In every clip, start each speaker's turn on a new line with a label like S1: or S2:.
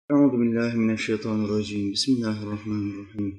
S1: Euzu billahi mineşşeytanirracim. Bismillahirrahmanirrahim.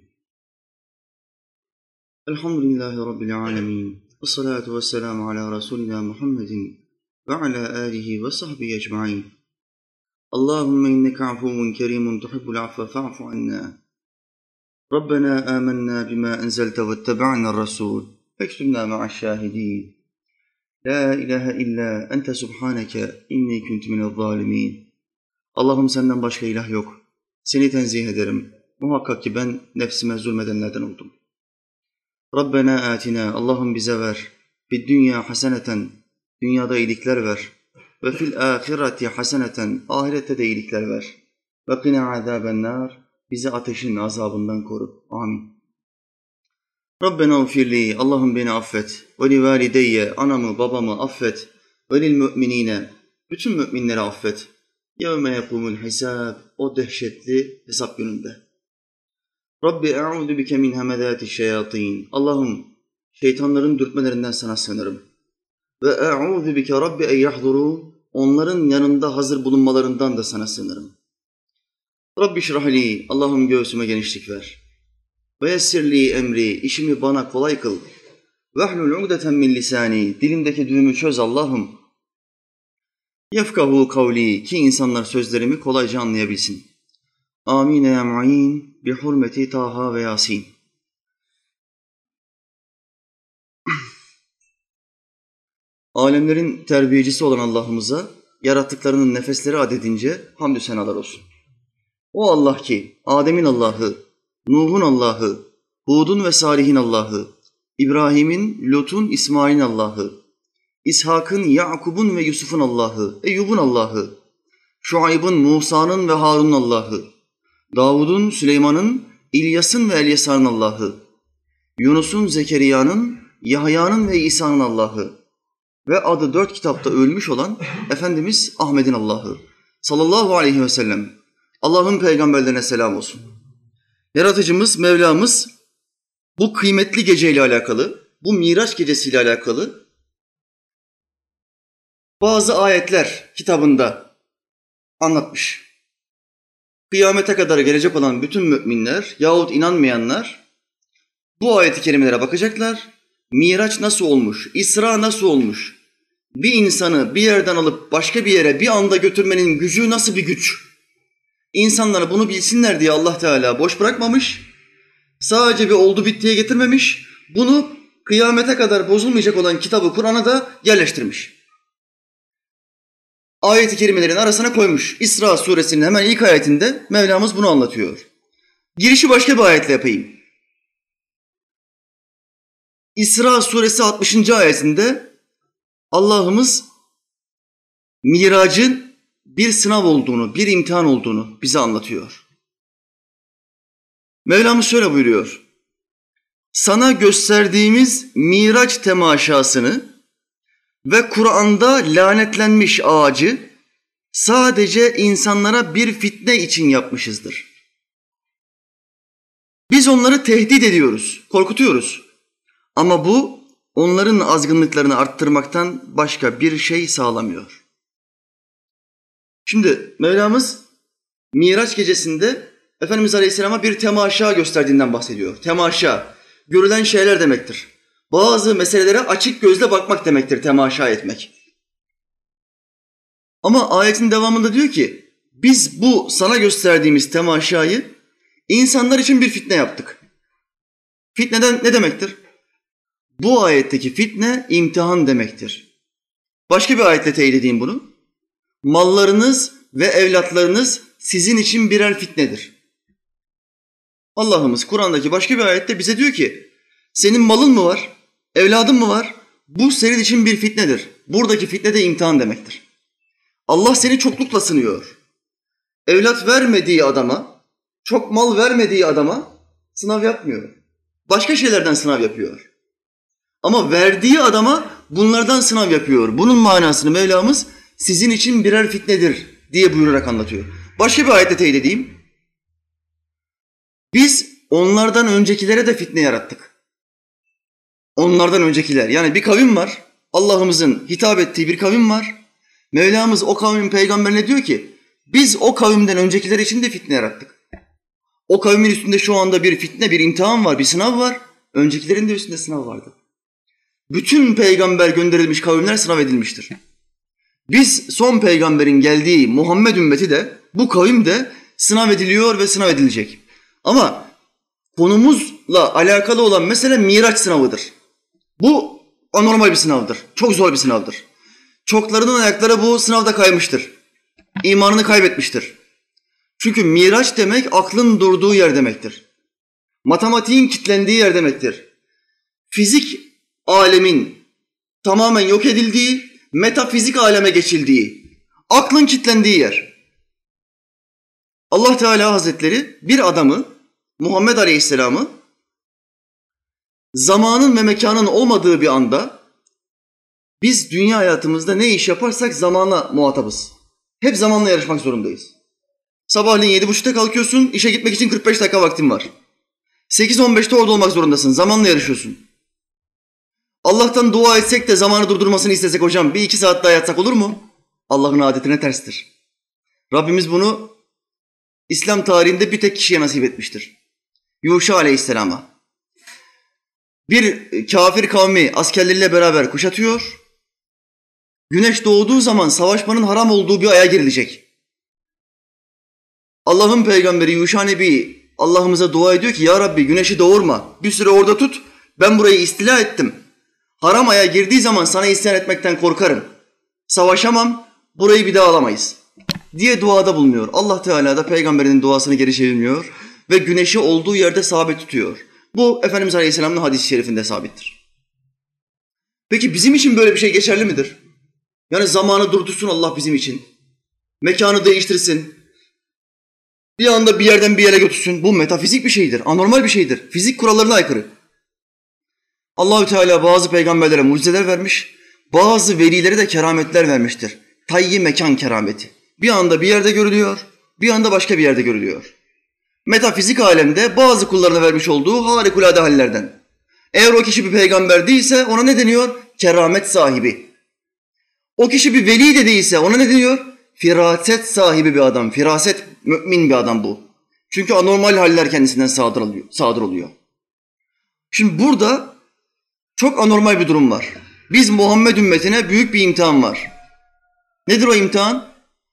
S1: Elhamdülillahi rabbil alamin. Vessalatu vesselamu ala Resulina Muhammedin ve ala alihi ve sahbihi ecmaîn. Allahumme inneke afuvun kerimun tuhibbul afve fa'fu anna. Rabbena amennâ bima enzelte vettebe'nâ'r rasûl. Fektubnâ ma'aş-şâhidîn. La ilahe illa ente subhaneke inni kuntu mine'z-zâlimîn. Allah'ım senden başka ilah yok. Seni tenzih ederim. Muhakkak ki ben nefsime zulmedenlerden oldum. Rabbena atina, Allah'ım bize ver. Fid dünya haseneten, dünyada iyilikler ver. Ve fil ahireti haseneten, ahirette de iyilikler ver. Ve qina azabennar, bizi ateşin azabından koru. Amin. Rabbena ufirli, Allah'ım beni affet. Ve li valideyye, anamı babamı affet. Ve lil müminine, bütün müminleri affet. يَوْمَ يَقُومُ الْحِسَابِ, o dehşetli hesap gününde. Rabbi e'udu bike min hemedâti şeyatîn. Allah'ım şeytanların dürtmelerinden sana sığınırım. Ve e'udu bike Rabbi en yahdurûn, onların yanında hazır bulunmalarından da sana sığınırım. Rabbi şrahli, Allah'ım göğsüme genişlik ver. Ve yessirli emri, işimi bana kolay kıl. Vehlul ugdeten min lisani, dilimdeki düğümü çöz Allah'ım. Yefkahu kavli, ki insanlar sözlerimi kolayca anlayabilsin. Amin ya mu'in bi hurmeti Taha ve Yasin. Alemlerin terbiyecisi olan Allah'ımıza yarattıklarının nefesleri adedince hamdü senalar olsun. O Allah ki Adem'in Allah'ı, Nuh'un Allah'ı, Hud'un ve Salih'in Allah'ı, İbrahim'in, Lut'un, İsmail'in Allah'ı, İshak'ın, Yakub'un ve Yusuf'un Allah'ı, Eyyub'un Allah'ı, Şuayb'ın, Musa'nın ve Harun'un Allah'ı, Davud'un, Süleyman'ın, İlyas'ın ve Elyasa'nın Allah'ı, Yunus'un, Zekeriya'nın, Yahya'nın ve İsa'nın Allah'ı ve adı 4 kitapta ölmüş olan Efendimiz Ahmet'in Allah'ı sallallahu aleyhi ve sellem. Allah'ın peygamberlerine selam olsun. Yaratıcımız, Mevlamız bu kıymetli geceyle alakalı, bu Miraç gecesiyle alakalı bazı ayetler kitabında anlatmış. Kıyamete kadar gelecek olan bütün müminler yahut inanmayanlar bu ayet-i kerimelere bakacaklar. Miraç nasıl olmuş, İsra nasıl olmuş, bir insanı bir yerden alıp başka bir yere bir anda götürmenin gücü nasıl bir güç? İnsanlar bunu bilsinler diye Allah Teala boş bırakmamış, sadece bir oldu bittiye getirmemiş, bunu kıyamete kadar bozulmayacak olan kitabı Kur'an'a da yerleştirmiş. Ayet-i kerimelerin arasına koymuş. İsra suresinin hemen ilk ayetinde Mevlamız bunu anlatıyor. Girişi başka bir ayetle yapayım. İsra suresi 60. ayetinde Allah'ımız miracın bir sınav olduğunu, bir imtihan olduğunu bize anlatıyor. Mevlamız şöyle buyuruyor. Sana gösterdiğimiz miraç temaşasını ve Kur'an'da lanetlenmiş ağacı sadece insanlara bir fitne için yapmışızdır. Biz onları tehdit ediyoruz, korkutuyoruz. Ama bu onların azgınlıklarını arttırmaktan başka bir şey sağlamıyor. Şimdi Mevlamız Miraç gecesinde Efendimiz Aleyhisselam'a bir temaşa gösterdiğinden bahsediyor. Temaşa, görülen şeyler demektir. Bazı meselelere açık gözle bakmak demektir temaşa etmek. Ama ayetin devamında diyor ki, biz bu sana gösterdiğimiz temaşayı insanlar için bir fitne yaptık. Fitneden ne demektir? Bu ayetteki fitne imtihan demektir. Başka bir ayetle teyit edeyim bunu. Mallarınız ve evlatlarınız sizin için birer fitnedir. Allah'ımız Kur'an'daki başka bir ayette bize diyor ki, senin malın mı var, evladın mı var? Bu senin için bir fitnedir. Buradaki fitne de imtihan demektir. Allah seni çoklukla sınıyor. Evlat vermediği adama, çok mal vermediği adama sınav yapmıyor. Başka şeylerden sınav yapıyor. Ama verdiği adama bunlardan sınav yapıyor. Bunun manasını Mevlamız sizin için birer fitnedir diye buyurarak anlatıyor. Başka bir ayette teyit edeyim. Biz onlardan öncekilere de fitne yarattık. Onlardan öncekiler, yani bir kavim var, Allah'ımızın hitap ettiği bir kavim var. Mevlamız o kavmin peygamberine diyor ki, Biz o kavimden öncekiler için de fitne yarattık. O kavmin üstünde şu anda bir fitne, bir imtihan var, bir sınav var. Öncekilerin de üstünde sınav vardı. Bütün peygamber gönderilmiş kavimler sınav edilmiştir. Biz son peygamberin geldiği Muhammed ümmeti de, bu kavim de sınav ediliyor ve sınav edilecek. Ama konumuzla alakalı olan mesele Miraç sınavıdır. Bu anormal bir sınavdır. Çok zor bir sınavdır. Çoklarının ayakları bu sınavda kaymıştır. İmanını kaybetmiştir. Çünkü Miraç demek aklın durduğu yer demektir. Matematiğin kilitlendiği yer demektir. Fizik alemin tamamen yok edildiği, metafizik aleme geçildiği, aklın kilitlendiği yer. Allah Teala Hazretleri bir adamı, Muhammed Aleyhisselam'ı zamanın ve mekanın olmadığı bir anda biz dünya hayatımızda ne iş yaparsak zamanla muhatabız. Hep zamanla yarışmak zorundayız. Sabahleyin 7.30'da kalkıyorsun, işe gitmek için 45 dakika vaktin var. 8.15'te orada olmak zorundasın, zamanla yarışıyorsun. Allah'tan dua etsek de zamanı durdurmasını istesek hocam, bir 2 saat daha yatsak olur mu? Allah'ın adetine terstir. Rabbimiz bunu İslam tarihinde bir tek kişiye nasip etmiştir. Yuşa Aleyhisselam'a. Bir kafir kavmi askerleriyle beraber kuşatıyor. Güneş doğduğu zaman savaşmanın haram olduğu bir aya girilecek. Allah'ın peygamberi Yuşa Nebi Allah'ımıza dua ediyor ki ya Rabbi güneşi doğurma, bir süre orada tut, ben burayı istila ettim. Haram aya girdiği zaman sana isyan etmekten korkarım. Savaşamam, burayı bir daha alamayız diye duada bulunuyor. Allah Teala da peygamberinin duasını geri çevirmiyor ve güneşi olduğu yerde sabit tutuyor. Bu Efendimiz Aleyhisselam'ın hadis-i şerifinde sabittir. Peki bizim için böyle bir şey geçerli midir? Yani zamanı durdursun Allah bizim için. Mekanı değiştirsin. Bir anda bir yerden bir yere götürsün. Bu metafizik bir şeydir, anormal bir şeydir. Fizik kurallarına aykırı. Allahü Teala bazı peygamberlere mucizeler vermiş, bazı velilere de kerametler vermiştir. Tayyi mekan kerameti. Bir anda bir yerde görülüyor, bir anda başka bir yerde görülüyor. Metafizik alemde bazı kullarına vermiş olduğu harikulade hallerden. Eğer o kişi bir peygamber değilse ona ne deniyor? Keramet sahibi. O kişi bir veli de değilse ona ne deniyor? Firaset sahibi bir adam, firaset mümin bir adam bu. Çünkü anormal haller kendisinden sadır oluyor. Şimdi burada çok anormal bir durum var. Biz Muhammed ümmetine büyük bir imtihan var. Nedir o imtihan?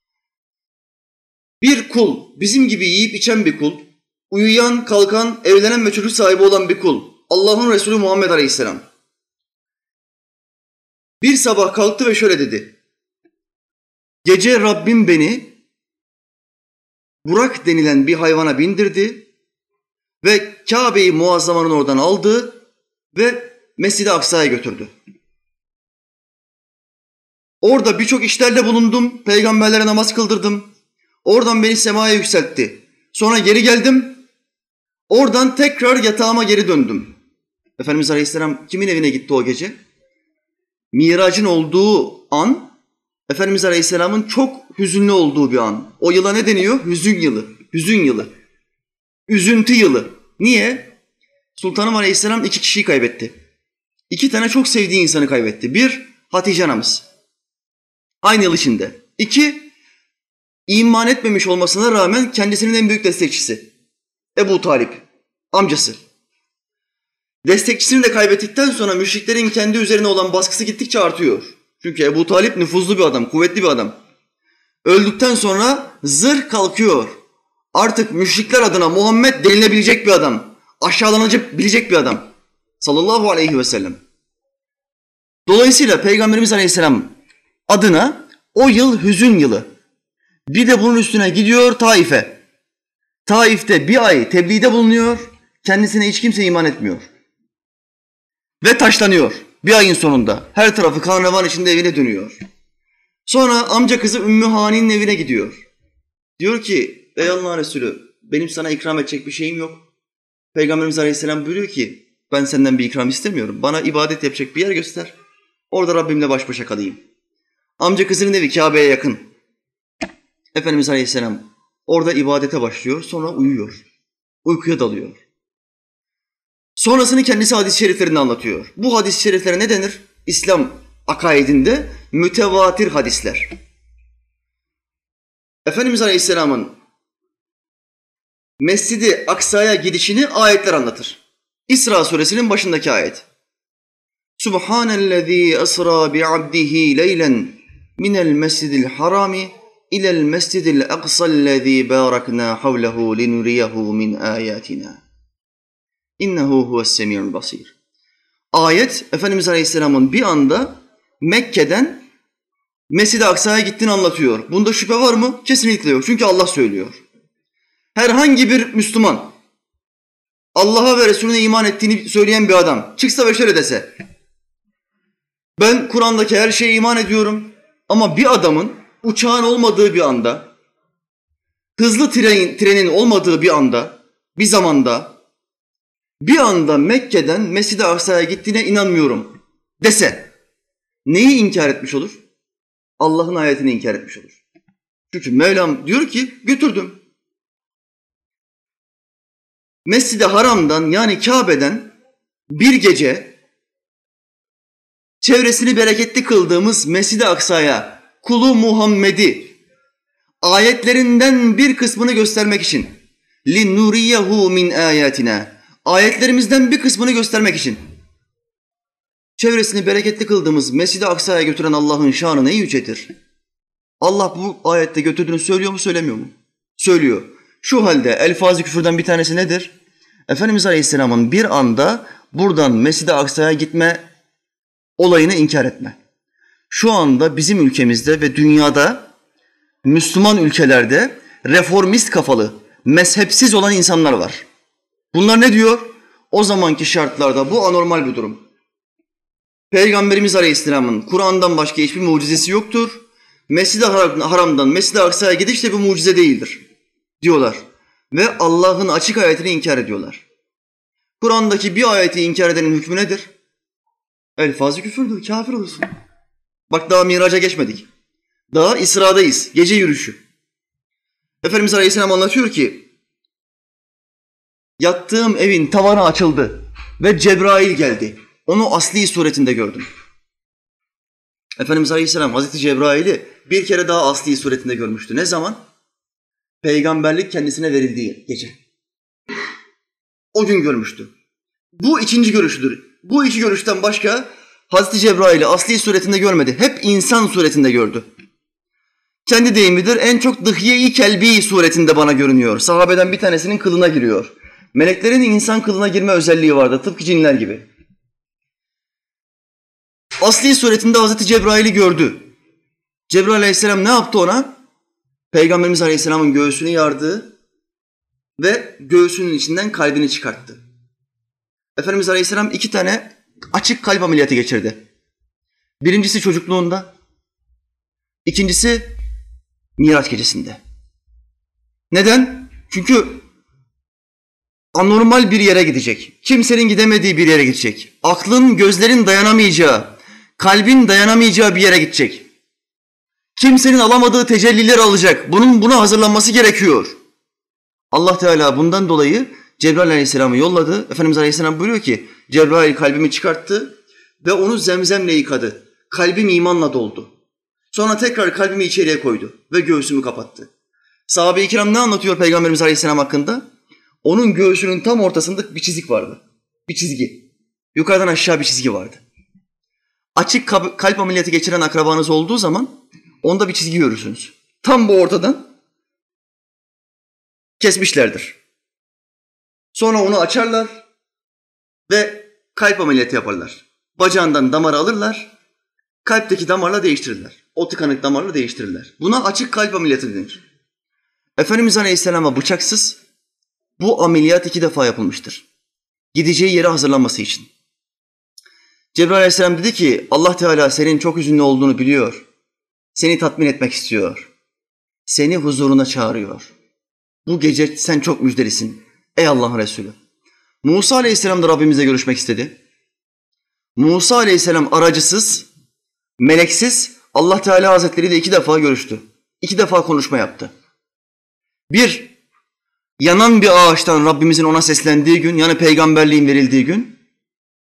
S1: Bir kul, bizim gibi yiyip içen bir kul, uyuyan, kalkan, evlenen ve çocuk sahibi olan bir kul, Allah'ın Resulü Muhammed Aleyhisselam. Bir sabah kalktı ve şöyle dedi. Gece Rabbim beni Burak denilen bir hayvana bindirdi ve Kabe-i Muazzama'nın oradan aldı ve Mescid-i Aksa'ya götürdü. Orada birçok işlerle bulundum, peygamberlere namaz kıldırdım. Oradan beni semaya yükseltti. Sonra geri geldim, oradan tekrar yatağıma geri döndüm. Efendimiz Aleyhisselam kimin evine gitti o gece? Miracın olduğu an, Efendimiz Aleyhisselam'ın çok hüzünlü olduğu bir an. O yıla ne deniyor? Hüzün yılı, hüzün yılı, üzüntü yılı. Niye? Sultanım Aleyhisselam 2 kişiyi kaybetti. 2 tane çok sevdiği insanı kaybetti. 1, Hatice anamız. Aynı yıl içinde. 2, iman etmemiş olmasına rağmen kendisinin en büyük destekçisi. Ebu Talip, amcası. Destekçisini de kaybettikten sonra müşriklerin kendi üzerine olan baskısı gittikçe artıyor. Çünkü Ebu Talip nüfuzlu bir adam, kuvvetli bir adam. Öldükten sonra zırh kalkıyor. Artık müşrikler adına Muhammed denilebilecek bir adam. Aşağılanabilecek bir adam. Sallallahu aleyhi ve sellem. Dolayısıyla Peygamberimiz Aleyhisselam adına o yıl hüzün yılı. Bir de bunun üstüne gidiyor Taif'e. Taif'te bir ay tebliğde bulunuyor. Kendisine hiç kimse iman etmiyor. Ve taşlanıyor. Bir ayın sonunda. Her tarafı kan revan içinde evine dönüyor. Sonra amca kızı Ümmü Hani'nin evine gidiyor. Diyor ki ey Allah'ın Resulü benim sana ikram edecek bir şeyim yok. Peygamberimiz Aleyhisselam buyuruyor ki ben senden bir ikram istemiyorum. Bana ibadet yapacak bir yer göster. Orada Rabbimle baş başa kalayım. Amca kızının evi Kabe'ye yakın. Efendimiz Aleyhisselam orada ibadete başlıyor, sonra uyuyor. Uykuya dalıyor. Sonrasını kendisi hadis-i şeriflerinde anlatıyor. Bu hadis-i şeriflere ne denir? İslam akaidinde mütevatir hadisler. Efendimiz Aleyhisselam'ın Mescid-i Aksa'ya gidişini ayetler anlatır. İsra suresinin başındaki ayet. Subhanellezî esrâ bi'abdihi leylen minel mescidil harami ilel mescidil aksallezî bâraknâ havlehu linuriyehu min âyâtinâ. İnnehu huves-semî'ul basîr. Ayet, Efendimiz Aleyhisselam'ın bir anda Mekke'den Mescid-i Aksa'ya gittiğini anlatıyor. Bunda şüphe var mı? Kesinlikle yok. Çünkü Allah söylüyor. Herhangi bir Müslüman, Allah'a ve Resulüne iman ettiğini söyleyen bir adam çıksa ve şöyle dese, ben Kur'an'daki her şeye iman ediyorum ama bir adamın uçağın olmadığı bir anda, hızlı trenin olmadığı bir anda, bir zamanda, bir anda Mekke'den Mescid-i Aksa'ya gittiğine inanmıyorum dese, neyi inkar etmiş olur? Allah'ın ayetini inkar etmiş olur. Çünkü Mevlam diyor ki götürdüm. Mescid-i Haram'dan yani Kabe'den bir gece çevresini bereketli kıldığımız Mescid-i Aksa'ya kulu Muhammed'i ayetlerinden bir kısmını göstermek için linnuriyehu min ayatina ayetlerimizden bir kısmını göstermek için çevresini bereketli kıldığımız Mescid-i Aksa'ya götüren Allah'ın şanı neyi yücedir? Allah bu ayette götürdüğünü söylüyor mu söylemiyor mu? Söylüyor. Şu halde elfaz-ı küfürden bir tanesi nedir? Efendimiz Aleyhisselam'ın bir anda buradan Mescid-i Aksa'ya gitme olayını inkar etme. Şu anda bizim ülkemizde ve dünyada Müslüman ülkelerde reformist kafalı, mezhepsiz olan insanlar var. Bunlar ne diyor? O zamanki şartlarda bu anormal bir durum. Peygamberimiz Aleyhisselam'ın Kur'an'dan başka hiçbir mucizesi yoktur. Mescid-i Haram'dan Mescid-i Aksa'ya gidiş de bir mucize değildir diyorlar. Ve Allah'ın açık ayetini inkar ediyorlar. Kur'an'daki bir ayeti inkar edenin hükmü nedir? Elfaz-ı küfürdür, kafir olursun. Bak daha Miraç'a geçmedik. Daha İsra'dayız, gece yürüyüşü. Efendimiz Aleyhisselam anlatıyor ki, yattığım evin tavanı açıldı ve Cebrail geldi. Onu asli suretinde gördüm. Efendimiz Aleyhisselam Hazreti Cebrail'i bir kere daha asli suretinde görmüştü. Ne zaman? Peygamberlik kendisine verildiği gece. O gün görmüştü. Bu ikinci görüşüdür. Bu iki görüşten başka Hazreti Cebrail'i asli suretinde görmedi. Hep insan suretinde gördü. Kendi deyimidir, en çok dıhye-i kelbi suretinde bana görünüyor. Sahabeden bir tanesinin kılına giriyor. Meleklerin insan kılına girme özelliği vardır, tıpkı cinler gibi. Asli suretinde Hazreti Cebrail'i gördü. Cebrail Aleyhisselam ne yaptı ona? Peygamberimiz Aleyhisselam'ın göğsünü yardı ve göğsünün içinden kalbini çıkarttı. Efendimiz Aleyhisselam 2 tane açık kalp ameliyatı geçirdi. Birincisi çocukluğunda, ikincisi Miraç gecesinde. Neden? Çünkü anormal bir yere gidecek. Kimsenin gidemediği bir yere gidecek. Aklın, gözlerin dayanamayacağı, kalbin dayanamayacağı bir yere gidecek. Kimsenin alamadığı tecelliler alacak. Buna hazırlanması gerekiyor. Allah Teala bundan dolayı Cebrail Aleyhisselam'ı yolladı. Efendimiz Aleyhisselam buyuruyor ki, Cebrail kalbimi çıkarttı ve onu zemzemle yıkadı. Kalbim imanla doldu. Sonra tekrar kalbimi içeriye koydu ve göğsümü kapattı. Sahabe-i kiram ne anlatıyor Peygamberimiz Aleyhisselam hakkında? Onun göğsünün tam ortasında bir çizik vardı. Bir çizgi. Yukarıdan aşağı bir çizgi vardı. Açık kalp ameliyatı geçiren akrabanız olduğu zaman onda bir çizgi görürsünüz. Tam bu ortadan kesmişlerdir. Sonra onu açarlar ve kalp ameliyatı yaparlar. Bacağından damarı alırlar, kalpteki damarla değiştirirler. O tıkanık damarla değiştirirler. Buna açık kalp ameliyatı denir. Efendimiz Aleyhisselam'a bıçaksız bu ameliyat 2 defa yapılmıştır. Gideceği yere hazırlanması için. Cebrail Aleyhisselam dedi ki, Allah Teala senin çok hüzünlü olduğunu biliyor. Seni tatmin etmek istiyor. Seni huzuruna çağırıyor. Bu gece sen çok müjdelisin. Ey Allah'ın Resulü. Musa Aleyhisselam da Rabbimizle görüşmek istedi. Musa Aleyhisselam aracısız, meleksiz Allah Teala Hazretleri ile 2 defa görüştü. 2 defa konuşma yaptı. Bir, yanan bir ağaçtan Rabbimizin ona seslendiği gün, yani peygamberliğin verildiği gün.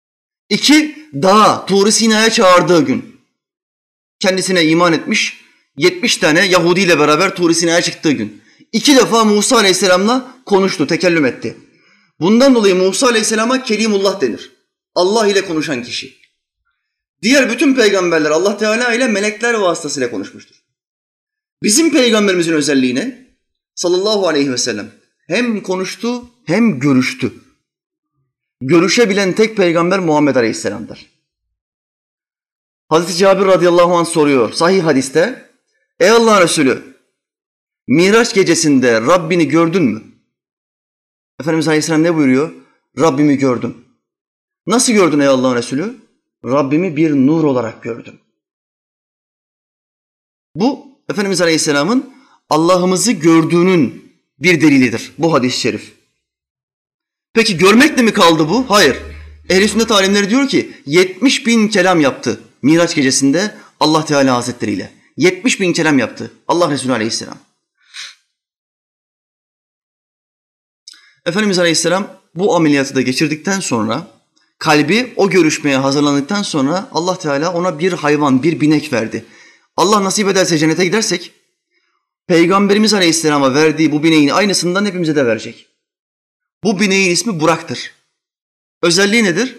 S1: 2, dağa, Tur-i Sina'ya çağırdığı gün. Kendisine iman etmiş, 70 tane Yahudi ile beraber Tur-i Sina'ya çıktığı gün. 2 defa Musa Aleyhisselam'la konuştu, tekellüm etti. Bundan dolayı Musa Aleyhisselam'a Kelimullah denir. Allah ile konuşan kişi. Diğer bütün peygamberler Allah Teala ile melekler vasıtasıyla konuşmuştur. Bizim peygamberimizin özelliği ne? Sallallahu aleyhi ve sellem hem konuştu hem görüştü. Görüşebilen tek peygamber Muhammed Aleyhisselam'dır. Hazreti Cabir radıyallahu anh soruyor sahih hadiste, ey Allah'ın Resulü, Miraç gecesinde Rabbini gördün mü? Efendimiz Aleyhisselam ne buyuruyor? Rabbimi gördüm. Nasıl gördün ey Allah'ın Resulü? Rabbimi bir nur olarak gördüm. Bu Efendimiz Aleyhisselam'ın Allah'ımızı gördüğünün bir delilidir bu hadis-i şerif. Peki görmekle mi kaldı bu? Hayır. Ehl-i sünnet alimleri diyor ki 70.000 kelam yaptı Miraç gecesinde Allah Teala Hazretleri ile. 70.000 kelam yaptı Allah Resulü Aleyhisselam. Efendimiz Aleyhisselam bu ameliyatı da geçirdikten sonra kalbi o görüşmeye hazırlandıktan sonra Allah Teala ona bir hayvan, bir binek verdi. Allah nasip ederse cennete gidersek Peygamberimiz Aleyhisselam'a verdiği bu bineğin aynısından hepimize de verecek. Bu bineğin ismi Burak'tır. Özelliği nedir?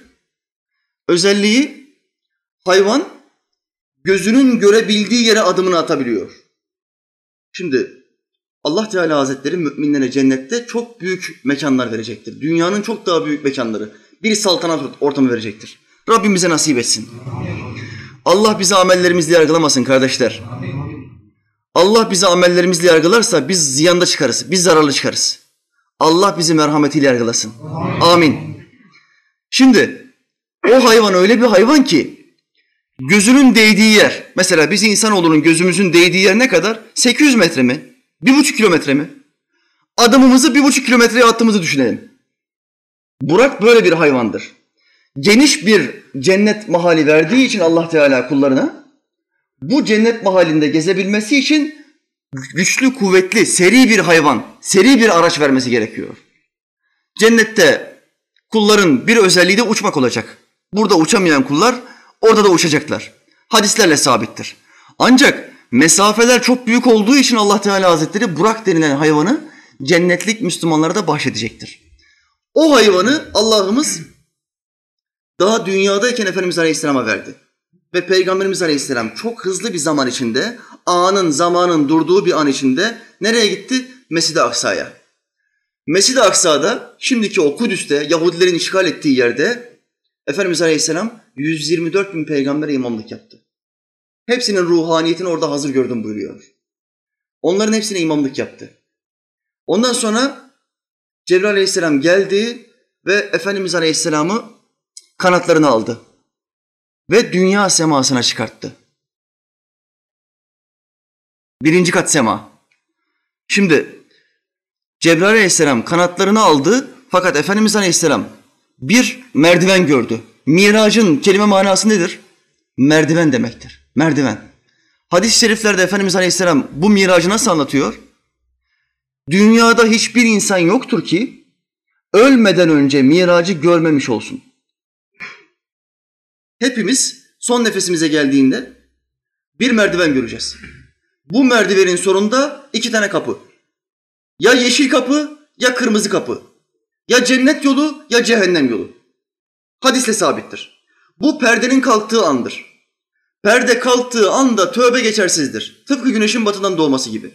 S1: Özelliği hayvan gözünün görebildiği yere adımını atabiliyor. Şimdi Allah Teala Hazretleri müminlere cennette çok büyük mekanlar verecektir. Dünyanın çok daha büyük mekanları. Bir saltanat ortamı verecektir. Rabbim bize nasip etsin. Allah bizi amellerimizle yargılamasın kardeşler. Allah bizi amellerimizle yargılarsa biz ziyanda çıkarız, biz zararlı çıkarız. Allah bizi merhametiyle yargılasın. Amin. Şimdi o hayvan öyle bir hayvan ki gözünün değdiği yer, mesela biz insanoğlunun gözümüzün değdiği yer ne kadar? 800 metre mi? 1,5 kilometre mi? Adımımızı 1,5 kilometreye attığımızı düşünelim. Burak böyle bir hayvandır. Geniş bir cennet mahali verdiği için Allah Teala kullarına bu cennet mahallinde gezebilmesi için güçlü, kuvvetli, seri bir hayvan, seri bir araç vermesi gerekiyor. Cennette kulların bir özelliği de uçmak olacak. Burada uçamayan kullar orada da uçacaklar. Hadislerle sabittir. Ancak mesafeler çok büyük olduğu için Allah Teala Hazretleri Burak denilen hayvanı cennetlik Müslümanlara da bahşedecektir. O hayvanı Allah'ımız daha dünyadayken Efendimiz Aleyhisselam'a verdi. Ve Peygamberimiz Aleyhisselam çok hızlı bir zaman içinde, zamanın durduğu bir an içinde nereye gitti? Mescid-i Aksa'ya. Mescid-i Aksa'da, şimdiki o Kudüs'te, Yahudilerin işgal ettiği yerde Efendimiz Aleyhisselam 124.000 peygambere imamlık yaptı. Hepsinin ruhaniyetini orada hazır gördüm buyuruyor. Onların hepsine imamlık yaptı. Ondan sonra Cebrail Aleyhisselam geldi ve Efendimiz Aleyhisselam'ı kanatlarına aldı ve dünya semasına çıkarttı. 1. kat sema. Şimdi Cebrail Aleyhisselam kanatlarını aldı fakat Efendimiz Aleyhisselam bir merdiven gördü. Miracın kelime manası nedir? Merdiven demektir. Merdiven. Hadis-i şeriflerde Efendimiz Aleyhisselam bu miracı nasıl anlatıyor? Dünyada hiçbir insan yoktur ki ölmeden önce miracı görmemiş olsun. Hepimiz son nefesimize geldiğinde bir merdiven göreceğiz. Bu merdivenin sonunda 2 tane kapı. Ya yeşil kapı ya kırmızı kapı. Ya cennet yolu ya cehennem yolu. Hadisle sabittir. Bu perdenin kalktığı andır. Perde kalktığı anda tövbe geçersizdir. Tıpkı güneşin batıdan doğması gibi.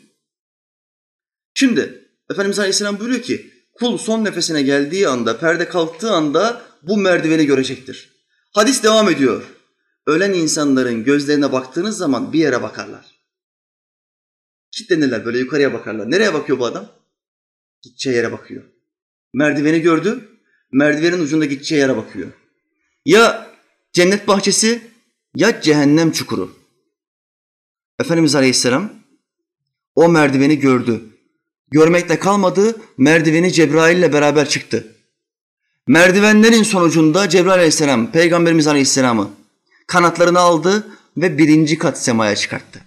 S1: Şimdi Efendimiz Aleyhisselam buyuruyor ki kul son nefesine geldiği anda, perde kalktığı anda bu merdiveni görecektir. Hadis devam ediyor. Ölen insanların gözlerine baktığınız zaman bir yere bakarlar. Kilitlenirler, böyle yukarıya bakarlar. Nereye bakıyor bu adam? Gideceği yere bakıyor. Merdiveni gördü, merdivenin ucunda gideceği yere bakıyor. Ya cennet bahçesi ya cehennem çukuru. Efendimiz Aleyhisselam o merdiveni gördü. Görmekle kalmadı, merdiveni Cebrail ile beraber çıktı. Merdivenlerin sonucunda Cebrail Aleyhisselam, Peygamberimiz Aleyhisselam'ı kanatlarına aldı ve 1. kat semaya çıkarttı.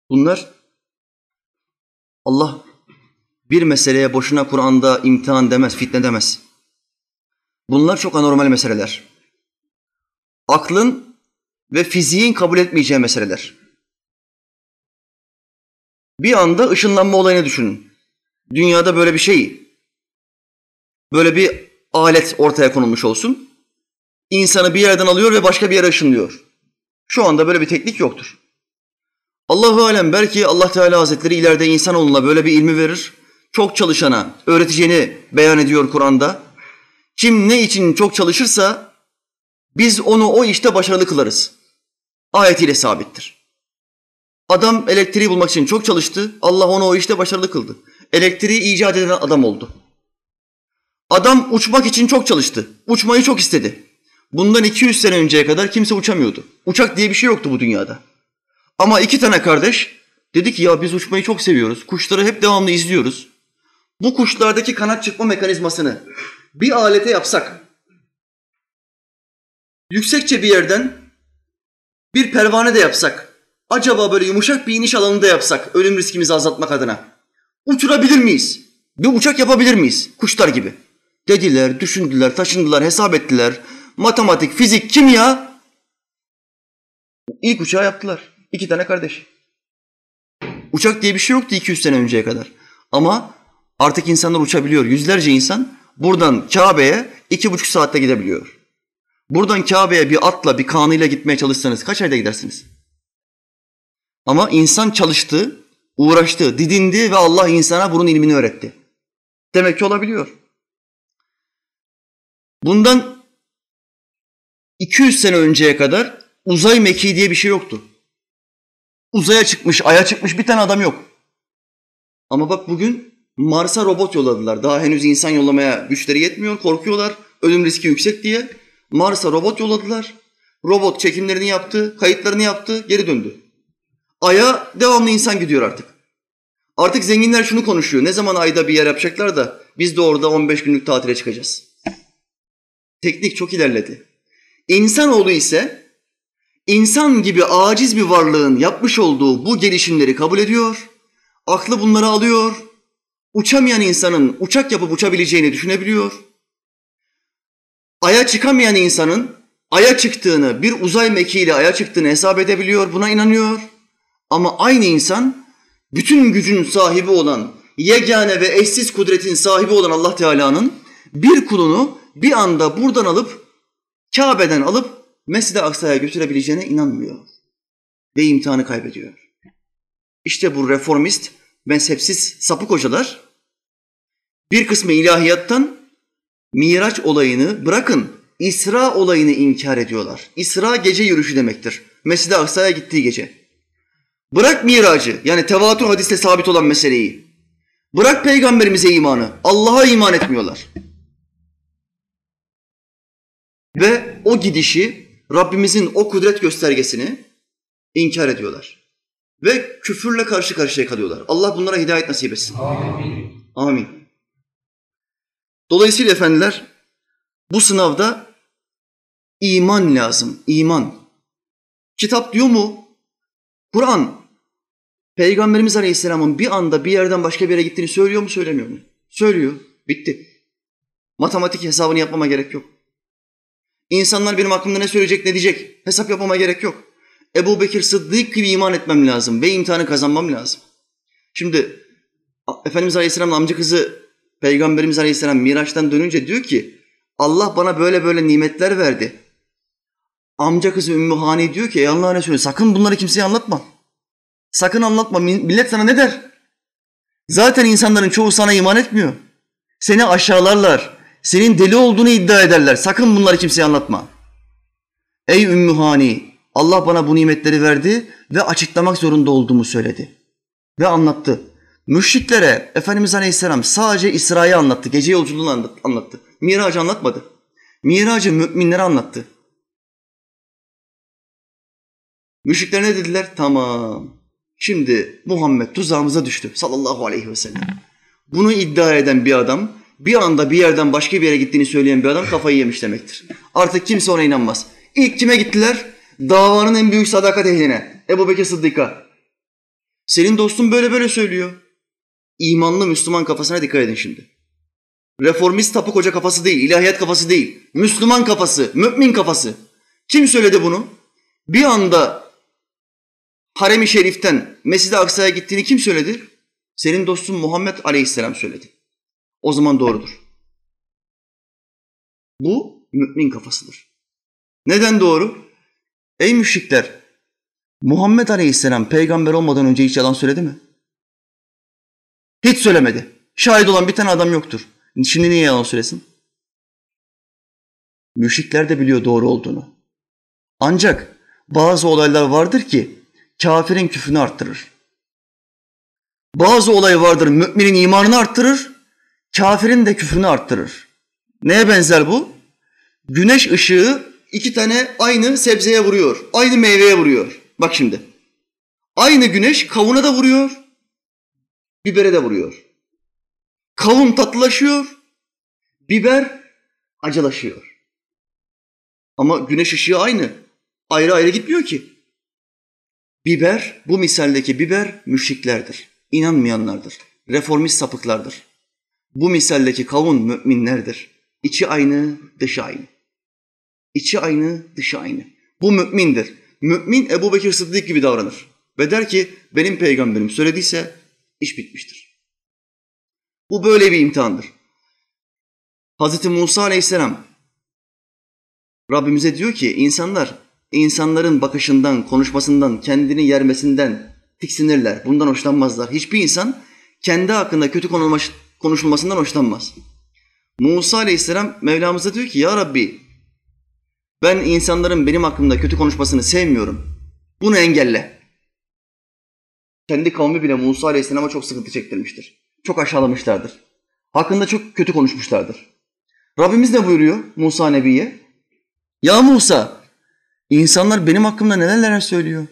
S1: Bunlar Allah bir meseleye boşuna Kur'an'da imtihan demez, fitne demez. Bunlar çok anormal meseleler. Aklın ve fiziğin kabul etmeyeceği meseleler. Bir anda ışınlanma olayını düşünün. Dünyada böyle bir şey, böyle bir alet ortaya konulmuş olsun. İnsanı bir yerden alıyor ve başka bir yere ışınlıyor. Şu anda böyle bir teknik yoktur. Allahu alem, belki Allah Teala Hazretleri ileride insanoğluna böyle bir ilmi verir. Çok çalışana öğreteceğini beyan ediyor Kur'an'da. Kim ne için çok çalışırsa biz onu o işte başarılı kılarız. Ayetiyle sabittir. Adam elektriği bulmak için çok çalıştı. Allah onu o işte başarılı kıldı. Elektriği icat eden adam oldu. Adam uçmak için çok çalıştı. Uçmayı çok istedi. Bundan 200 sene önceye kadar kimse uçamıyordu. Uçak diye bir şey yoktu bu dünyada. Ama iki tane kardeş dedi ki ya biz uçmayı çok seviyoruz. Kuşları hep devamlı izliyoruz. Bu kuşlardaki kanat çırpma mekanizmasını bir alete yapsak, yüksekçe bir yerden bir pervane de yapsak, acaba böyle yumuşak bir iniş alanında yapsak, ölüm riskimizi azaltmak adına uçurabilir miyiz? Bir uçak yapabilir miyiz? Kuşlar gibi. Dediler, düşündüler, taşındılar, hesap ettiler. Matematik, fizik, kimya. İlk uçağı yaptılar. İki tane kardeş. Uçak diye bir şey yoktu 200 sene önceye kadar. Ama artık insanlar uçabiliyor. Yüzlerce insan buradan Kabe'ye 2,5 saatte gidebiliyor. Buradan Kabe'ye bir atla, bir kanıyla gitmeye çalışsanız kaç ayda gidersiniz? Ama insan çalıştı, uğraştı, didindi ve Allah insana bunun ilmini öğretti. Demek ki olabiliyor. Bundan 200 sene önceye kadar uzay mekiği diye bir şey yoktu. Uzaya çıkmış, aya çıkmış bir tane adam yok. Ama bak bugün Mars'a robot yolladılar. Daha henüz insan yollamaya güçleri yetmiyor, korkuyorlar. Ölüm riski yüksek diye. Mars'a robot yolladılar. Robot çekimlerini yaptı, kayıtlarını yaptı, geri döndü. Ay'a devamlı insan gidiyor artık. Artık zenginler şunu konuşuyor. Ne zaman ayda bir yer yapacaklar da biz de orada 15 günlük tatile çıkacağız. Teknik çok ilerledi. İnsanoğlu ise insan gibi aciz bir varlığın yapmış olduğu bu gelişimleri kabul ediyor. Aklı bunları alıyor. Uçamayan insanın uçak yapıp uçabileceğini düşünebiliyor. Aya çıkamayan insanın aya çıktığını, bir uzay mekiğiyle aya çıktığını hesap edebiliyor. Buna inanıyor. Ama aynı insan bütün gücün sahibi olan, yegane ve eşsiz kudretin sahibi olan Allah Teala'nın bir kulunu bir anda buradan alıp, Kabe'den alıp Mescid-i Aksa'ya götürebileceğine inanmıyor. Ve imtihanı kaybediyor. İşte bu reformist, mezhepsiz sapık hocalar bir kısmı ilahiyattan Miraç olayını bırakın, İsra olayını inkar ediyorlar. İsra gece yürüyüşü demektir. Mescid-i Aksa'ya gittiği gece. Bırak miracı, yani tevatür hadiste sabit olan meseleyi. Bırak peygamberimize imanı, Allah'a iman etmiyorlar. Ve o gidişi, Rabbimizin o kudret göstergesini inkar ediyorlar. Ve küfürle karşı karşıya kalıyorlar. Allah bunlara hidayet nasip etsin. Amin. Amin. Dolayısıyla efendiler, bu sınavda iman lazım, iman. Kitap diyor mu? Kur'an, Peygamberimiz Aleyhisselam'ın bir anda bir yerden başka bir yere gittiğini söylüyor mu, söylemiyor mu? Söylüyor, bitti. Matematik hesabını yapmama gerek yok. İnsanlar benim aklımda ne söyleyecek, ne diyecek, hesap yapmama gerek yok. Ebu Bekir Sıddık gibi iman etmem lazım ve imtihanı kazanmam lazım. Şimdi Efendimiz Aleyhisselam'ın amca kızı Peygamberimiz Aleyhisselam Miraç'tan dönünce diyor ki Allah bana böyle böyle nimetler verdi. Amca kızı Ümmü Hani diyor ki ey Allah'ın Resulü sakın bunları kimseye anlatma. Sakın anlatma, millet sana ne der? Zaten insanların çoğu sana iman etmiyor. Seni aşağılarlar, senin deli olduğunu iddia ederler. Sakın bunları kimseye anlatma. Ey Ümmü Hani, Allah bana bu nimetleri verdi ve açıklamak zorunda olduğumu söyledi. Ve anlattı. Müşriklere Efendimiz Aleyhisselam sadece İsra'yı anlattı, gece yolculuğunu anlattı. Miracı anlatmadı. Miracı müminlere anlattı. Müşrikler ne dediler? Tamam. Şimdi Muhammed tuzağımıza düştü sallallahu aleyhi ve sellem. Bunu iddia eden bir adam, bir anda bir yerden başka bir yere gittiğini söyleyen bir adam kafayı yemiş demektir. Artık kimse ona inanmaz. İlk kime gittiler? Davanın en büyük sadakat ehline, Ebu Bekir Sıddık'a. Senin dostun böyle böyle söylüyor. İmanlı Müslüman kafasına dikkat edin şimdi. Reformist tapık hoca kafası değil, ilahiyat kafası değil. Müslüman kafası, mümin kafası. Kim söyledi bunu? Bir anda Harem-i Şerif'ten Mescid-i Aksa'ya gittiğini kim söyledi? Senin dostun Muhammed Aleyhisselam söyledi. O zaman doğrudur. Bu mümin kafasıdır. Neden doğru? Ey müşrikler, Muhammed Aleyhisselam peygamber olmadan önce hiç yalan söyledi mi? Hiç söylemedi. Şahit olan bir tane adam yoktur. Şimdi niye yalan söylesin? Müşrikler de biliyor doğru olduğunu. Ancak bazı olaylar vardır ki kafirin küfrünü arttırır. Bazı olay vardır müminin imanını arttırır, kafirin de küfrünü arttırır. Neye benzer bu? Güneş ışığı iki tane aynı sebzeye vuruyor, aynı meyveye vuruyor. Bak şimdi, aynı güneş kavuna da vuruyor, bibere de vuruyor. Kavun tatlılaşıyor, biber acılaşıyor. Ama güneş ışığı aynı, ayrı ayrı gitmiyor ki. Biber, bu misaldeki biber müşriklerdir, inanmayanlardır, reformist sapıklardır. Bu misaldeki kavun müminlerdir. İçi aynı, dışı aynı. İçi aynı, dışı aynı. Bu mümindir. Mümin Ebu Bekir Sıddık gibi davranır. Ve der ki benim peygamberim söylediyse iş bitmiştir. Bu böyle bir imtihandır. Hazreti Musa Aleyhisselam Rabbimize diyor ki insanların bakışından, konuşmasından, kendini yermesinden tiksinirler. Bundan hoşlanmazlar. Hiçbir insan kendi hakkında kötü konuşulmasından hoşlanmaz. Musa Aleyhisselam Mevlamıza diyor ki ya Rabbi ben insanların benim hakkımda kötü konuşmasını sevmiyorum. Bunu engelle. Kendi kavmi bile Musa Aleyhisselam'a çok sıkıntı çektirmiştir. Çok aşağılamışlardır. Hakkında çok kötü konuşmuşlardır. Rabbimiz ne buyuruyor Musa Nebi'ye? Ya Musa, insanlar benim hakkımda neler söylüyor?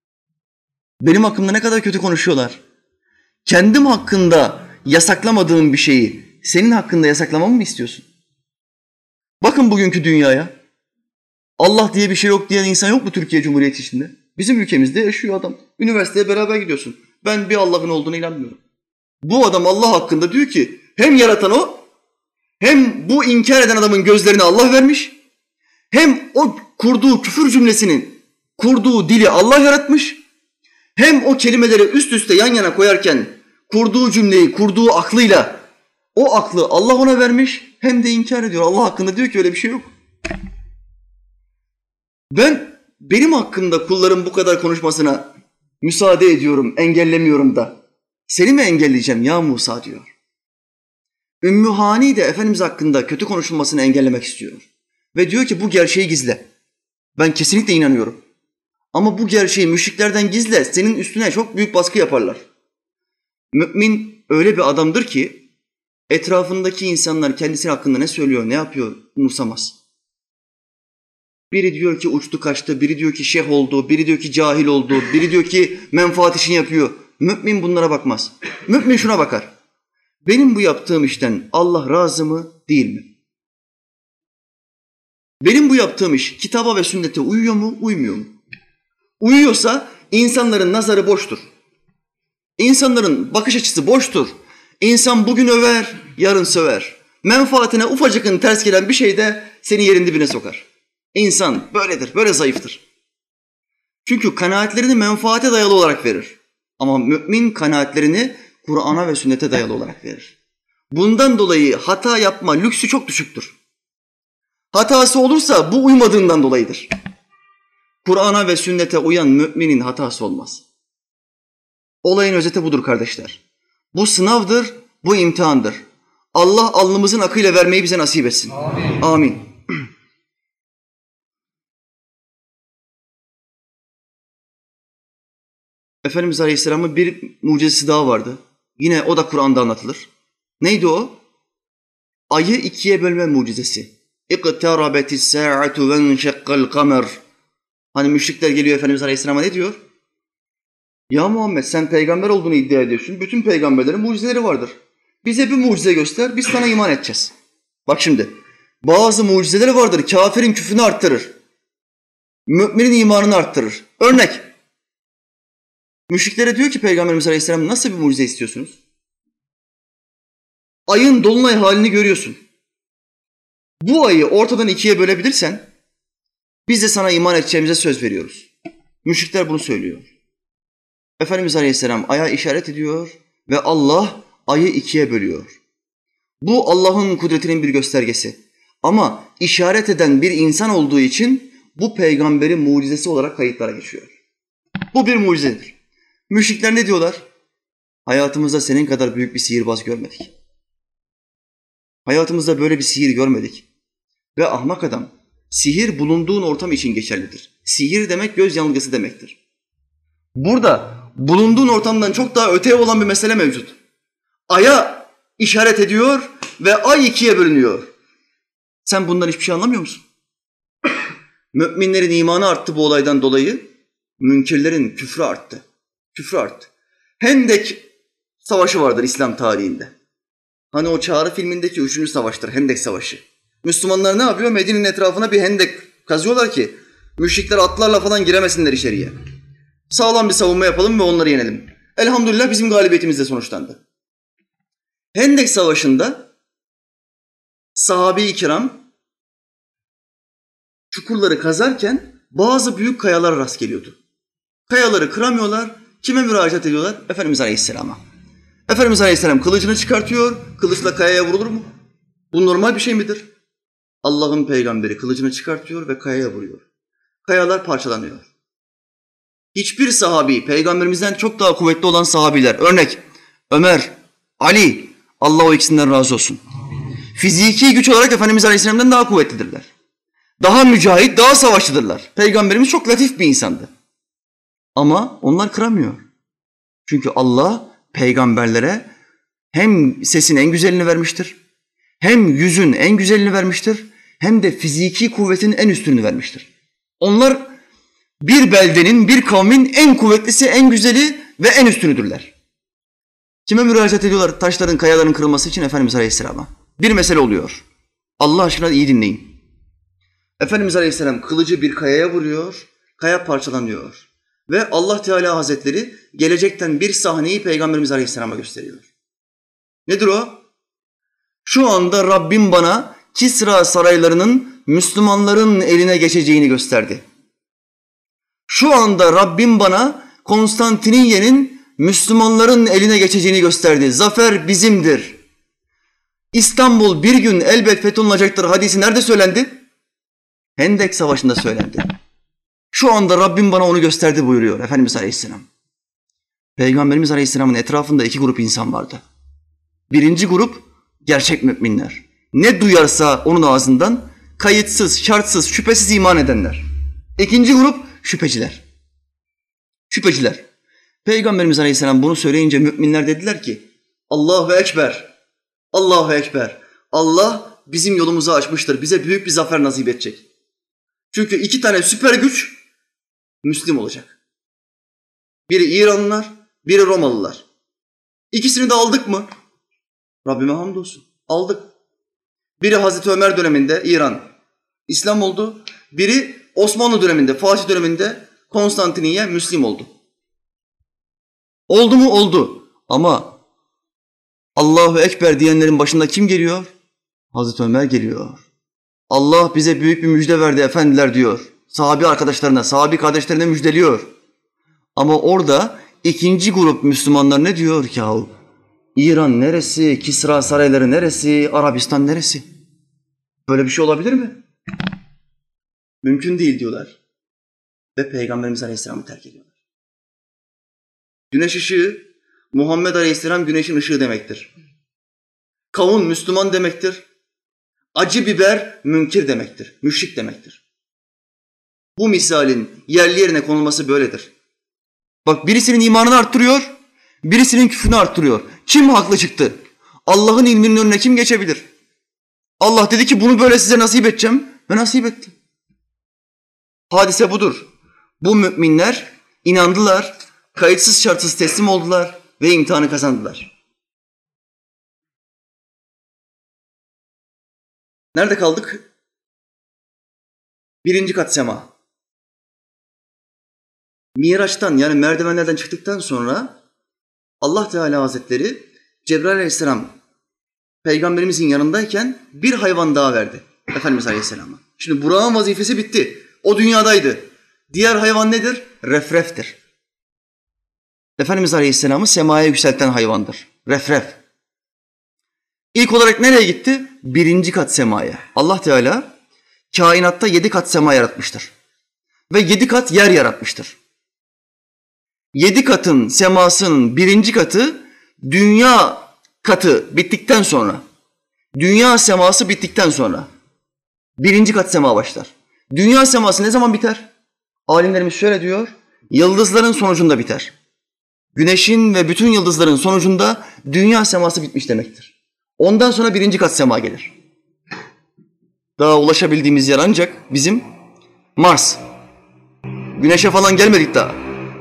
S1: Benim hakkımda ne kadar kötü konuşuyorlar. Kendim hakkında yasaklamadığım bir şeyi senin hakkında yasaklamamı mı istiyorsun? Bakın bugünkü dünyaya. Allah diye bir şey yok diyen insan yok mu Türkiye Cumhuriyeti içinde? Bizim ülkemizde yaşıyor adam. Üniversiteye beraber gidiyorsun. Ben bir Allah'ın olduğuna inanmıyorum. Bu adam Allah hakkında diyor ki hem yaratan o, hem bu inkar eden adamın gözlerini Allah vermiş, hem o kurduğu küfür cümlesinin kurduğu dili Allah yaratmış, hem o kelimeleri üst üste yan yana koyarken kurduğu cümleyi kurduğu aklıyla o aklı Allah ona vermiş, hem de inkar ediyor. Allah hakkında diyor ki öyle bir şey yok. Benim hakkımda kulların bu kadar konuşmasına müsaade ediyorum, engellemiyorum da seni mi engelleyeceğim ya Musa diyor. Ümmü Hani de Efendimiz hakkında kötü konuşulmasını engellemek istiyor. Ve diyor ki bu gerçeği gizle. Ben kesinlikle inanıyorum. Ama bu gerçeği müşriklerden gizle, senin üstüne çok büyük baskı yaparlar. Mümin öyle bir adamdır ki etrafındaki insanlar kendisi hakkında ne söylüyor, ne yapıyor umursamaz. Biri diyor ki uçtu kaçtı, biri diyor ki şeyh oldu, biri diyor ki cahil oldu, biri diyor ki menfaat işini yapıyor. Mümin bunlara bakmaz. Mümin şuna bakar. Benim bu yaptığım işten Allah razı mı, değil mi? Benim bu yaptığım iş kitaba ve sünnete uyuyor mu, uymuyor mu? Uyuyorsa insanların nazarı boştur. İnsanların bakış açısı boştur. İnsan bugün över, yarın söver. Menfaatine ufacıkın ters gelen bir şey de seni yerin dibine sokar. İnsan böyledir, böyle zayıftır. Çünkü kanaatlerini menfaate dayalı olarak verir. Ama mümin kanaatlerini Kur'an'a ve sünnete dayalı olarak verir. Bundan dolayı hata yapma lüksü çok düşüktür. Hatası olursa bu uymadığından dolayıdır. Kur'an'a ve sünnete uyan müminin hatası olmaz. Olayın özeti budur kardeşler. Bu sınavdır, bu imtihandır. Allah alnımızın akıyla vermeyi bize nasip etsin. Amin. Amin. Efendimiz Aleyhisselam'ın bir mucizesi daha vardı. Yine o da Kur'an'da anlatılır. Neydi o? Ayı ikiye bölme mucizesi. اِقْتَرَبَتِ السَّاعَةُ وَانْشَقَّ الْقَمَرِ. Hani müşrikler geliyor Efendimiz Aleyhisselam'a ne diyor? Ya Muhammed sen peygamber olduğunu iddia ediyorsun. Bütün peygamberlerin mucizeleri vardır. Bize bir mucize göster, biz sana iman edeceğiz. Bak şimdi, bazı mucizeleri vardır, kafirin küfrünü arttırır. Müminin imanını arttırır. Örnek, Müşriklere diyor ki Peygamberimiz Aleyhisselam nasıl bir mucize istiyorsunuz? Ayın dolunay halini görüyorsun. Bu ayı ortadan ikiye bölebilirsen biz de sana iman edeceğimize söz veriyoruz. Müşrikler bunu söylüyor. Efendimiz Aleyhisselam aya işaret ediyor ve Allah ayı ikiye bölüyor. Bu Allah'ın kudretinin bir göstergesi. Ama işaret eden bir insan olduğu için bu peygamberin mucizesi olarak kayıtlara geçiyor. Bu bir mucizedir. Müşrikler ne diyorlar? Hayatımızda senin kadar büyük bir sihirbaz görmedik. Hayatımızda böyle bir sihir görmedik. Ve ahmak adam, sihir bulunduğun ortam için geçerlidir. Sihir demek göz yanılgısı demektir. Burada bulunduğun ortamdan çok daha öteye olan bir mesele mevcut. Aya işaret ediyor ve ay ikiye bölünüyor. Sen bundan hiçbir şey anlamıyor musun? Müminlerin imanı arttı bu olaydan dolayı, münkirlerin küfrü arttı. Küfrü arttı. Hendek savaşı vardır İslam tarihinde. Hani o Çağrı filmindeki 3. savaştır, Hendek Savaşı. Müslümanlar ne yapıyor? Medine'nin etrafına bir hendek kazıyorlar ki müşrikler atlarla falan giremesinler içeriye. Sağlam bir savunma yapalım ve onları yenelim. Elhamdülillah bizim galibiyetimizle sonuçlandı. Hendek Savaşı'nda sahabe-i kiram çukurları kazarken bazı büyük kayalar rast geliyordu. Kayaları kıramıyorlar. Kime müracaat ediyorlar? Efendimiz Aleyhisselam'a. Efendimiz Aleyhisselam kılıcını çıkartıyor. Kılıçla kayaya vurulur mu? Bu normal bir şey midir? Allah'ın peygamberi kılıcını çıkartıyor ve kayaya vuruyor. Kayalar parçalanıyor. Hiçbir sahabi, peygamberimizden çok daha kuvvetli olan sahabiler, örnek Ömer, Ali, Allah o ikisinden razı olsun. Fiziki güç olarak Efendimiz Aleyhisselam'dan daha kuvvetlidirler. Daha mücahit, daha savaşçıdırlar. Peygamberimiz çok latif bir insandı. Ama onlar kıramıyor. Çünkü Allah peygamberlere hem sesin en güzelini vermiştir, hem yüzün en güzelini vermiştir, hem de fiziki kuvvetin en üstünü vermiştir. Onlar bir beldenin, bir kavmin en kuvvetlisi, en güzeli ve en üstünüdürler. Kime müracaat ediyorlar taşların, kayaların kırılması için? Efendimiz Aleyhisselam'a. Bir mesele oluyor. Allah aşkına iyi dinleyin. Efendimiz Aleyhisselam kılıcı bir kayaya vuruyor, kaya parçalanıyor. Ve Allah Teala Hazretleri gelecekten bir sahneyi Peygamberimiz Aleyhisselam'a gösteriyor. Nedir o? Şu anda Rabbim bana Kisra saraylarının Müslümanların eline geçeceğini gösterdi. Şu anda Rabbim bana Konstantiniyye'nin Müslümanların eline geçeceğini gösterdi. Zafer bizimdir. İstanbul bir gün elbet fetholunacaktır hadisi nerede söylendi? Hendek Savaşı'nda söylendi. Şu anda Rabbim bana onu gösterdi buyuruyor Efendimiz Aleyhisselam. Peygamberimiz Aleyhisselam'ın etrafında iki grup insan vardı. Birinci grup gerçek müminler. Ne duyarsa onun ağzından kayıtsız, şartsız, şüphesiz iman edenler. İkinci grup şüpheciler. Şüpheciler. Peygamberimiz Aleyhisselam bunu söyleyince müminler dediler ki Allahu Ekber, Allahu Ekber. Allah bizim yolumuzu açmıştır. Bize büyük bir zafer nasip edecek. Çünkü iki tane süper güç Müslim olacak. Biri İranlılar, biri Romalılar. İkisini de aldık mı? Rabbime hamdolsun. Aldık. Biri Hazreti Ömer döneminde İran İslam oldu. Biri Osmanlı döneminde, Fatih döneminde Konstantiniyye Müslim oldu. Oldu mu? Oldu. Ama Allahu Ekber diyenlerin başında kim geliyor? Hazreti Ömer geliyor. Allah bize büyük bir müjde verdi efendiler diyor. Sahabi arkadaşlarına, sahabi kardeşlerine müjdeliyor. Ama orada ikinci grup Müslümanlar ne diyor ki yahu? İran neresi, Kisra sarayları neresi, Arabistan neresi? Böyle bir şey olabilir mi? Mümkün değil diyorlar. Ve Peygamberimiz Aleyhisselam'ı terk ediyorlar. Güneş ışığı, Muhammed Aleyhisselam güneşin ışığı demektir. Kavun Müslüman demektir. Acı biber münkir demektir, müşrik demektir. Bu misalin yerli yerine konulması böyledir. Bak birisinin imanını arttırıyor, birisinin küfrünü arttırıyor. Kim haklı çıktı? Allah'ın ilminin önüne kim geçebilir? Allah dedi ki bunu böyle size nasip edeceğim ve nasip etti. Hadise budur. Bu müminler inandılar, kayıtsız şartsız teslim oldular ve imtihanı kazandılar. Nerede kaldık? 1. kat sema. Miraç'tan yani merdivenlerden çıktıktan sonra Allah Teala Hazretleri Cebrail Aleyhisselam Peygamberimizin yanındayken bir hayvan daha verdi Efendimiz Aleyhisselam'a. Şimdi Burak'ın vazifesi bitti. O dünyadaydı. Diğer hayvan nedir? Refreftir. Efendimiz Aleyhisselam'ı semaya yükselten hayvandır. Refref. İlk olarak nereye gitti? 1. kat semaya. Allah Teala kainatta 7 kat sema yaratmıştır. Ve 7 kat yer yaratmıştır. 7 katın semasının 1. katı dünya katı bittikten sonra, dünya seması bittikten sonra 1. kat sema başlar. Dünya seması ne zaman biter? Alimlerimiz şöyle diyor, yıldızların sonucunda biter. Güneşin ve bütün yıldızların sonucunda dünya seması bitmiş demektir. Ondan sonra 1. kat sema gelir. Daha ulaşabildiğimiz yer ancak bizim Mars. Güneşe falan gelmedik daha.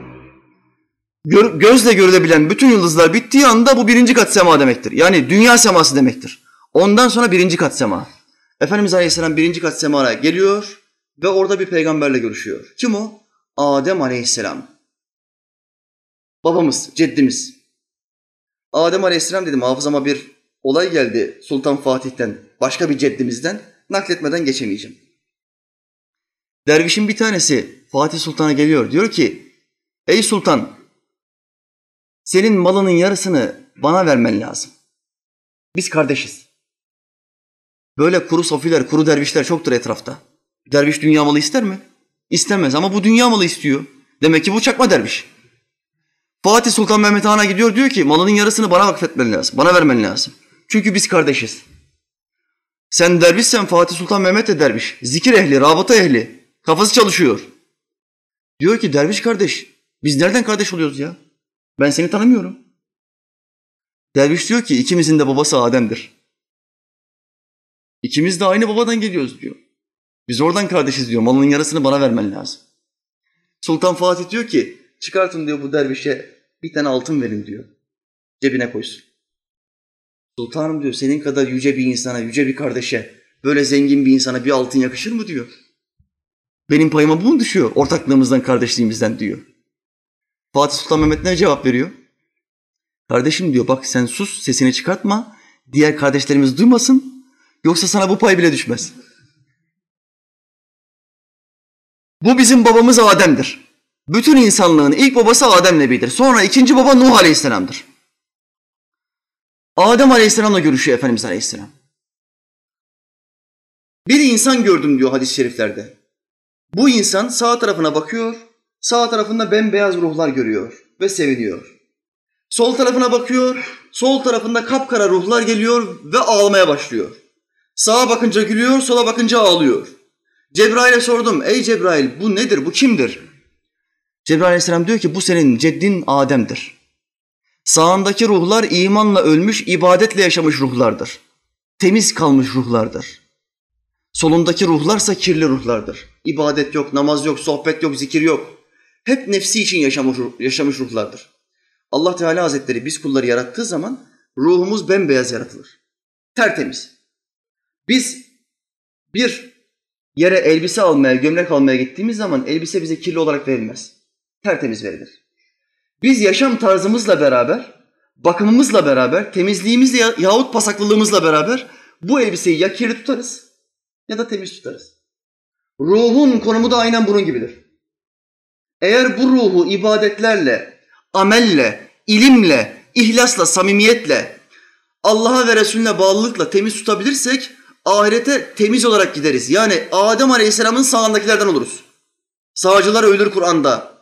S1: Gözle görülebilen bütün yıldızlar bittiği anda bu 1. kat sema demektir. Yani dünya seması demektir. Ondan sonra 1. kat sema. Efendimiz Aleyhisselam 1. kat semaya geliyor ve orada bir peygamberle görüşüyor. Kim o? Adem Aleyhisselam. Babamız, ceddimiz. Adem Aleyhisselam dedim, hafızama bir olay geldi Sultan Fatih'ten, başka bir ceddimizden, nakletmeden geçemeyeceğim. Dervişin bir tanesi Fatih Sultan'a geliyor, diyor ki, ey sultan, senin malının yarısını bana vermen lazım. Biz kardeşiz. Böyle kuru sofiler, kuru dervişler çoktur etrafta. Derviş dünya malı ister mi? İstemez ama bu dünya malı istiyor. Demek ki bu çakma derviş. Fatih Sultan Mehmet Han'a gidiyor, diyor ki malının yarısını bana vakfetmen lazım, bana vermen lazım. Çünkü biz kardeşiz. Sen dervişsen Fatih Sultan Mehmet de derviş. Zikir ehli, rabıta ehli. Kafası çalışıyor. Diyor ki derviş kardeş, biz nereden kardeş oluyoruz ya? Ben seni tanımıyorum. Derviş diyor ki ikimizin de babası Adem'dir. İkimiz de aynı babadan geliyoruz diyor. Biz oradan kardeşiz diyor. Malının yarısını bana vermen lazım. Sultan Fatih diyor ki çıkartın diyor bu dervişe bir tane altın verin diyor. Cebine koysun. Sultanım diyor senin kadar yüce bir insana, yüce bir kardeşe, böyle zengin bir insana bir altın yakışır mı diyor. Benim payıma bu mu düşüyor? Ortaklığımızdan, kardeşliğimizden diyor. Fatih Sultan Mehmet ne cevap veriyor? Kardeşim diyor bak sen sus, sesini çıkartma. Diğer kardeşlerimiz duymasın. Yoksa sana bu pay bile düşmez. Bu bizim babamız Adem'dir. Bütün insanlığın ilk babası Adem Nebi'dir. Sonra ikinci baba Nuh Aleyhisselam'dır. Adem Aleyhisselam'la görüşüyor Efendimiz Aleyhisselam. Bir insan gördüm diyor hadis-i şeriflerde. Bu insan sağ tarafına bakıyor, sağ tarafında bembeyaz ruhlar görüyor ve seviniyor. Sol tarafına bakıyor, sol tarafında kapkara ruhlar geliyor ve ağlamaya başlıyor. Sağa bakınca gülüyor, sola bakınca ağlıyor. Cebrail'e sordum, ey Cebrail bu nedir, bu kimdir? Cebrail Aleyhisselam diyor ki bu senin ceddin Adem'dir. Sağındaki ruhlar imanla ölmüş, ibadetle yaşamış ruhlardır. Temiz kalmış ruhlardır. Solundaki ruhlarsa kirli ruhlardır. İbadet yok, namaz yok, sohbet yok, zikir yok. Hep nefsi için yaşamış ruhlardır. Allah Teala Hazretleri biz kulları yarattığı zaman ruhumuz bembeyaz yaratılır. Tertemiz. Biz bir yere elbise almaya, gömlek almaya gittiğimiz zaman elbise bize kirli olarak verilmez. Tertemiz verilir. Biz yaşam tarzımızla beraber, bakımımızla beraber, temizliğimizle yahut pasaklılığımızla beraber bu elbiseyi ya kirli tutarız ya da temiz tutarız. Ruhun konumu da aynen bunun gibidir. Eğer bu ruhu ibadetlerle, amelle, ilimle, ihlasla, samimiyetle, Allah'a ve Resulüne bağlılıkla temiz tutabilirsek ahirete temiz olarak gideriz. Yani Adem Aleyhisselam'ın sağındakilerden oluruz. Sağcılar övülür Kur'an'da.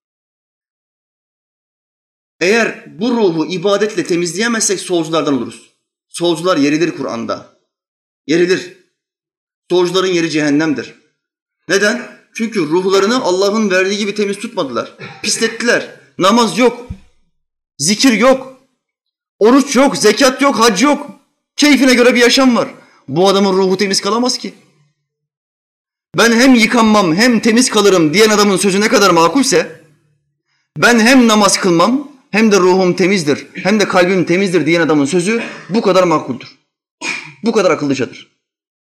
S1: Eğer bu ruhu ibadetle temizleyemezsek solculardan oluruz. Solcular yerilir Kur'an'da. Yerilir. Solcuların yeri cehennemdir. Neden? Çünkü ruhlarını Allah'ın verdiği gibi temiz tutmadılar. Pislettiler. Namaz yok. Zikir yok. Oruç yok. Zekat yok. Hac yok. Keyfine göre bir yaşam var. Bu adamın ruhu temiz kalamaz ki. Ben hem yıkanmam hem temiz kalırım diyen adamın sözü ne kadar makulse, ben hem namaz kılmam hem de ruhum temizdir, hem de kalbim temizdir diyen adamın sözü bu kadar makuldür. Bu kadar akıllıcadır.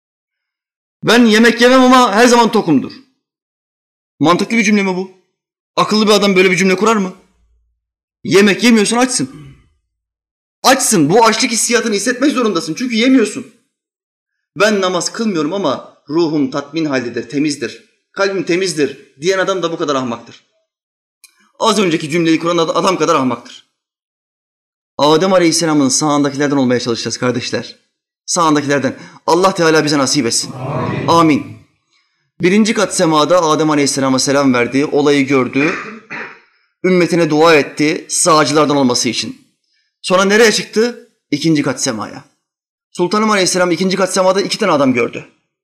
S1: Ben yemek yemem ama her zaman tokumdur. Mantıklı bir cümle mi bu? Akıllı bir adam böyle bir cümle kurar mı? Yemek yemiyorsun, açsın. Açsın. Bu açlık hissiyatını hissetmek zorundasın. Çünkü yemiyorsun. Ben namaz kılmıyorum ama ruhum tatmin haldedir, temizdir. Kalbim temizdir diyen adam da bu kadar ahmaktır. Az önceki cümleyi kuran adam kadar ahmaktır. Adem Aleyhisselam'ın sağındakilerden olmaya çalışacağız kardeşler. Sağındakilerden. Allah Teala bize nasip etsin. Amin. Amin. Birinci kat semada Adem Aleyhisselam'a selam verdi, olayı gördü. Ümmetine dua etti sağcılardan olması için. Sonra nereye çıktı? İkinci kat semaya. Sultanım Aleyhisselam ikinci kat semada 2 tane adam gördü.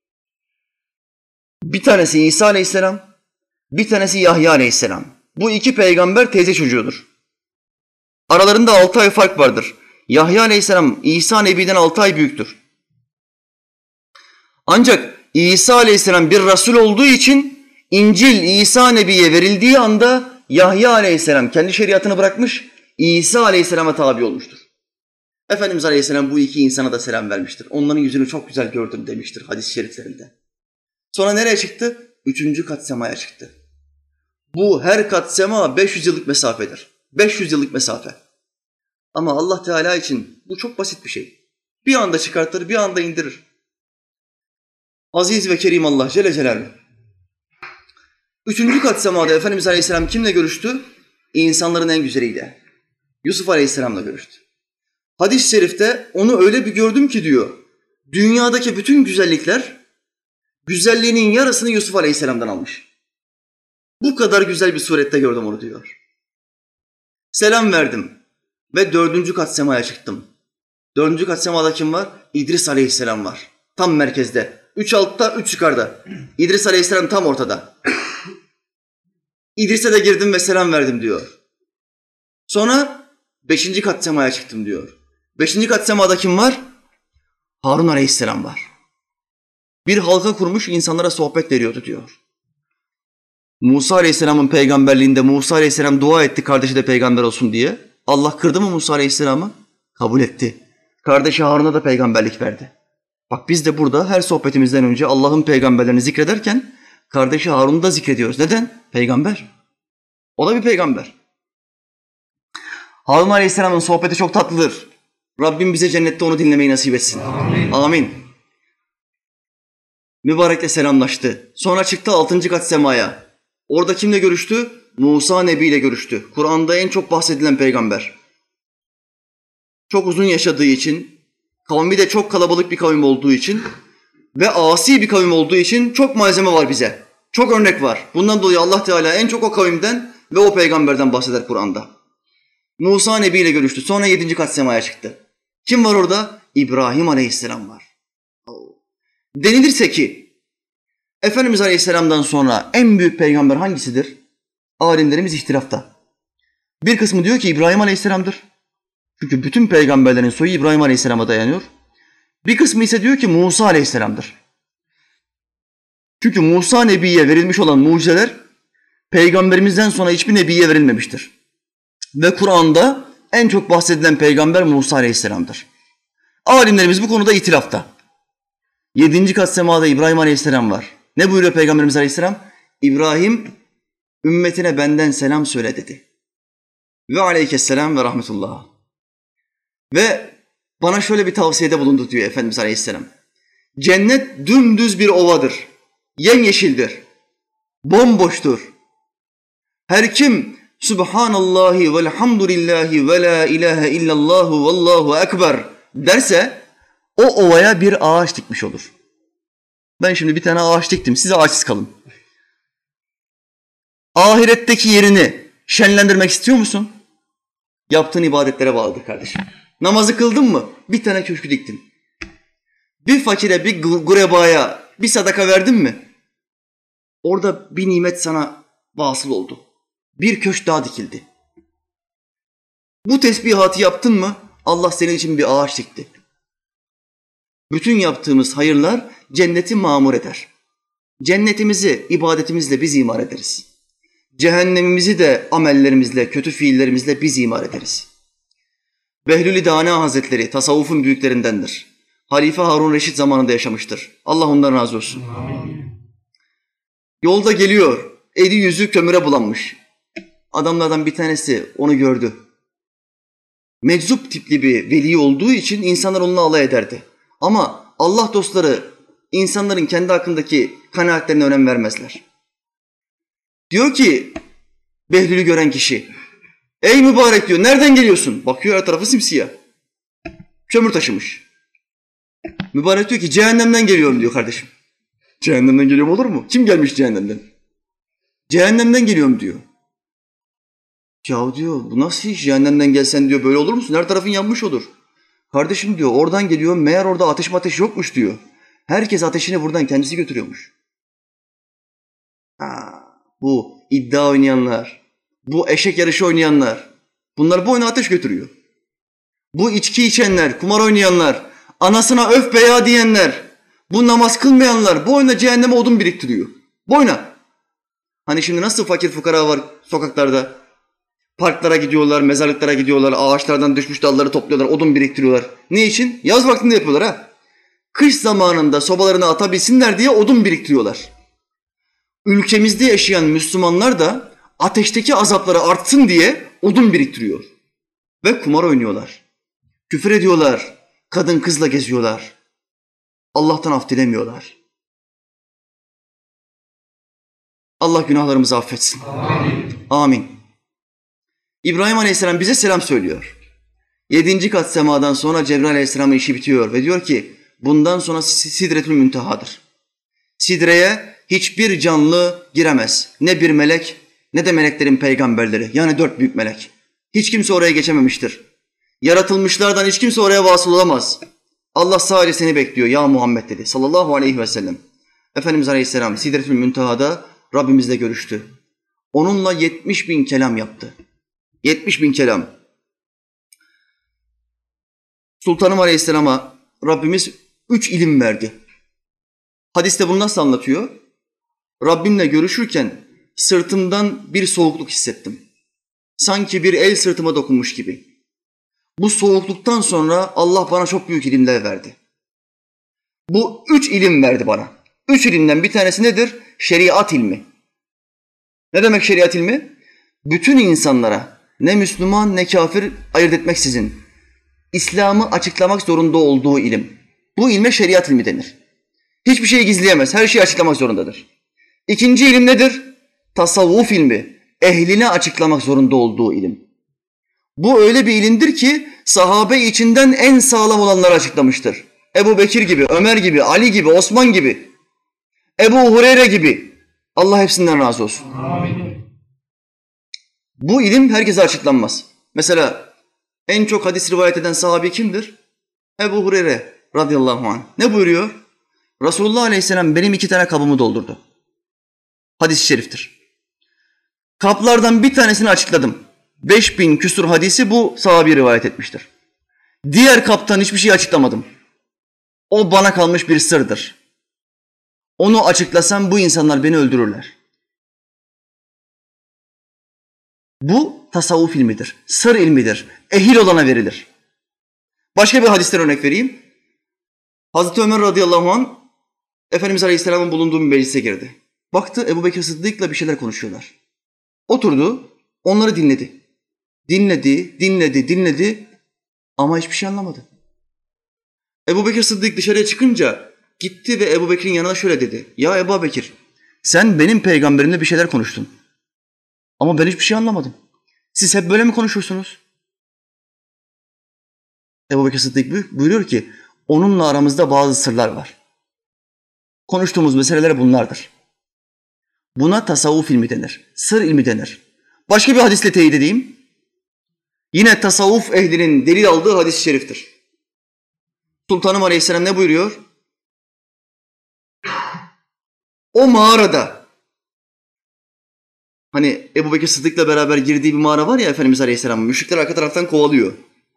S1: Bir tanesi İsa Aleyhisselam, bir tanesi Yahya Aleyhisselam. Bu 2 peygamber teyze çocuğudur. Aralarında 6 ay fark vardır. Yahya Aleyhisselam İsa Nebi'den 6 ay büyüktür. Ancak İsa Aleyhisselam bir Resul olduğu için İncil İsa Nebi'ye verildiği anda Yahya Aleyhisselam kendi şeriatını bırakmış, İsa Aleyhisselam'a tabi olmuştur. Efendimiz Aleyhisselam bu 2 insana da selam vermiştir. Onların yüzünü çok güzel gördüm demiştir hadis-i şeriflerinde. Sonra nereye çıktı? 3. kat semaya çıktı. Bu her kat sema 500 yıllık mesafedir. 500 yıllık mesafe. Ama Allah Teala için bu çok basit bir şey. Bir anda çıkartır, bir anda indirir. Aziz ve kerim Allah Celle Celaluhu. 3. kat semada Efendimiz Aleyhisselam kimle görüştü? İnsanların en güzeliyle. Yusuf Aleyhisselam'la görüştü. Hadis-i şerifte onu öyle bir gördüm ki diyor, dünyadaki bütün güzellikler, güzelliğinin yarısını Yusuf Aleyhisselam'dan almış. Bu kadar güzel bir surette gördüm onu diyor. Selam verdim ve 4. kat semaya çıktım. 4. kat semada kim var? İdris Aleyhisselam var. Tam merkezde. 3 altta, 3 yukarıda. İdris Aleyhisselam tam ortada. İdris'e de girdim ve selam verdim diyor. Sonra 5. kat semaya çıktım diyor. 5. kat semada kim var? Harun Aleyhisselam var. Bir halka kurmuş insanlara sohbet veriyordu diyor. Musa Aleyhisselam'ın peygamberliğinde Musa Aleyhisselam dua etti kardeşi de peygamber olsun diye. Allah kırdı mı Musa Aleyhisselam'ı? Kabul etti. Kardeşi Harun'a da peygamberlik verdi. Bak biz de burada her sohbetimizden önce Allah'ın peygamberlerini zikrederken kardeşi Harun'u da zikrediyoruz. Neden? Peygamber. O da bir peygamber. Harun Aleyhisselam'ın sohbeti çok tatlıdır. Rabbim bize cennette onu dinlemeyi nasip etsin. Amin. Amin. Mübarekle selamlaştı. Sonra çıktı 6. kat semaya. Orada kimle görüştü? Musa Nebi ile görüştü. Kur'an'da en çok bahsedilen peygamber. Çok uzun yaşadığı için, kavmi de çok kalabalık bir kavim olduğu için ve asi bir kavim olduğu için çok malzeme var bize. Çok örnek var. Bundan dolayı Allah Teala en çok o kavimden ve o peygamberden bahseder Kur'an'da. Musa Nebi ile görüştü. Sonra 7. kat semaya çıktı. Kim var orada? İbrahim Aleyhisselam var. Denilirse ki Efendimiz Aleyhisselam'dan sonra en büyük peygamber hangisidir? Alimlerimiz ihtilafta. Bir kısmı diyor ki İbrahim Aleyhisselam'dır. Çünkü bütün peygamberlerin soyu İbrahim Aleyhisselam'a dayanıyor. Bir kısmı ise diyor ki Musa Aleyhisselam'dır. Çünkü Musa Nebi'ye verilmiş olan mucizeler peygamberimizden sonra hiçbir nebiye verilmemiştir. Ve Kur'an'da en çok bahsedilen peygamber Musa Aleyhisselam'dır. Alimlerimiz bu konuda ihtilafta. 7. kat semada İbrahim Aleyhisselam var. Ne buyuruyor Peygamberimiz Aleyhisselam? İbrahim ümmetine benden selam söyle dedi. Ve aleykesselam ve rahmetullah. Ve bana şöyle bir tavsiyede bulundu diyor Efendimiz Aleyhisselam. Cennet dümdüz bir ovadır. Yemyeşildir. Bomboştur. Her kim Subhanallahi velhamdülillahi ve la ilahe illallahu vallahu ekber derse o ovaya bir ağaç dikmiş olur. Ben şimdi bir tane ağaç diktim. Siz ağaçsız kalın. Ahiretteki yerini şenlendirmek istiyor musun? Yaptığın ibadetlere bağlıdır kardeşim. Namazı kıldın mı? Bir tane köşkü diktin. Bir fakire, bir gurebaya bir sadaka verdin mi? Orada bir nimet sana vasıl oldu. Bir köşk daha dikildi. Bu tesbihatı yaptın mı? Allah senin için bir ağaç dikti. Bütün yaptığımız hayırlar cenneti mamur eder. Cennetimizi ibadetimizle biz imar ederiz. Cehennemimizi de amellerimizle, kötü fiillerimizle biz imar ederiz. Behlül-i Dana Hazretleri tasavvufun büyüklerindendir. Halife Harun Reşit zamanında yaşamıştır. Allah ondan razı olsun. Amin. Yolda geliyor, eli yüzü kömüre bulanmış. Adamlardan bir tanesi onu gördü. Meczup tipli bir veli olduğu için insanlar onunla alay ederdi. Ama Allah dostları insanların kendi hakkındaki kanaatlerine önem vermezler. Diyor ki Behlül'ü gören kişi, ey mübarek diyor, nereden geliyorsun? Bakıyor her tarafı simsiyah. Kömür taşımış. Mübarek diyor ki cehennemden geliyorum diyor kardeşim. Cehennemden geliyorum olur mu? Kim gelmiş cehennemden? Cehennemden geliyorum diyor. Ya diyor bu nasıl iş, cehennemden gelsen diyor böyle olur musun? Her tarafın yanmış olur. Kardeşim diyor oradan geliyor, meğer orada ateş yokmuş diyor. Herkes ateşini buradan kendisi götürüyormuş. Bu iddia oynayanlar, bu eşek yarışı oynayanlar, bunlar bu oyuna ateş götürüyor. Bu içki içenler, kumar oynayanlar, anasına öf be ya diyenler, bu namaz kılmayanlar bu oyuna cehenneme odun biriktiriyor. Bu oyuna. Hani şimdi nasıl fakir fukara var sokaklarda, parklara gidiyorlar, mezarlıklara gidiyorlar, ağaçlardan düşmüş dalları topluyorlar, odun biriktiriyorlar. Ne için? Yaz vaktinde yapıyorlar ha. Kış zamanında sobalarını atabilsinler diye odun biriktiriyorlar. Ülkemizde yaşayan Müslümanlar da ateşteki azapları artsın diye odun biriktiriyor. Ve kumar oynuyorlar. Küfür ediyorlar. Kadın kızla geziyorlar. Allah'tan af dilemiyorlar. Allah günahlarımızı affetsin. Amin. Amin. İbrahim Aleyhisselam bize selam söylüyor. 7. kat semadan sonra Cebrail Aleyhisselam'ın işi bitiyor ve diyor ki bundan sonra Sidretül Müntehadır. Sidre'ye hiçbir canlı giremez. Ne bir melek ne de meleklerin peygamberleri. Yani 4 büyük melek. Hiç kimse oraya geçememiştir. Yaratılmışlardan hiç kimse oraya vasıl olamaz. Allah sadece seni bekliyor ya Muhammed dedi sallallahu aleyhi ve sellem. Efendimiz Aleyhisselam Sidretül Münteha'da Rabbimizle görüştü. Onunla 70.000 kelam yaptı. 70.000 kelam. Sultanım Aleyhisselam'a Rabbimiz 3 ilim verdi. Hadiste bunu nasıl anlatıyor? Rabbimle görüşürken sırtımdan bir soğukluk hissettim. Sanki bir el sırtıma dokunmuş gibi. Bu soğukluktan sonra Allah bana çok büyük ilimler verdi. Bu 3 ilim verdi bana. 3 ilimden bir tanesi nedir? Şeriat ilmi. Ne demek şeriat ilmi? Bütün insanlara ne Müslüman ne kafir ayırt etmeksizin İslam'ı açıklamak zorunda olduğu ilim. Bu ilme şeriat ilmi denir. Hiçbir şeyi gizleyemez, her şeyi açıklamak zorundadır. İkinci ilim nedir? Tasavvuf ilmi, ehline açıklamak zorunda olduğu ilim. Bu öyle bir ilimdir ki sahabe içinden en sağlam olanları açıklamıştır. Ebu Bekir gibi, Ömer gibi, Ali gibi, Osman gibi, Ebu Hureyre gibi. Allah hepsinden razı olsun. Amin. Bu ilim herkese açıklanmaz. Mesela en çok hadis rivayet eden sahabe kimdir? Ebu Hureyre radıyallahu anh. Ne buyuruyor? Resulullah aleyhisselam benim 2 tane kabımı doldurdu. Hadis-i şeriftir. Kaplardan bir tanesini açıkladım. 5000 küsur hadisi bu sahabi rivayet etmiştir. Diğer kaptan hiçbir şey açıklamadım. O bana kalmış bir sırdır. Onu açıklasam bu insanlar beni öldürürler. Bu tasavvuf ilmidir, sır ilmidir, ehil olana verilir. Başka bir hadisten örnek vereyim. Hazreti Ömer radıyallahu anh, Efendimiz Aleyhisselam'ın bulunduğu bir meclise girdi. Baktı Ebu Bekir Sıddık'la bir şeyler konuşuyorlar. Oturdu, onları dinledi. Dinledi ama hiçbir şey anlamadı. Ebu Bekir Sıddık dışarıya çıkınca gitti ve Ebu Bekir'in yanına şöyle dedi. Ya Ebu Bekir, sen benim peygamberimle bir şeyler konuştun. Ama ben hiçbir şey anlamadım. Siz hep böyle mi konuşursunuz? Ebu Bekir Sıddık buyuruyor ki, onunla aramızda bazı sırlar var. Konuştuğumuz meseleler bunlardır. Buna tasavvuf ilmi denir, sır ilmi denir. Başka bir hadisle teyit edeyim. Yine tasavvuf ehlinin delil aldığı hadis-i şeriftir. Sultanım Aleyhisselam ne buyuruyor? O mağarada, hani Ebu Bekir Sıddık'la beraber girdiği bir mağara var ya Efendimiz Aleyhisselam'ın, müşrikler arka taraftan kovalıyor.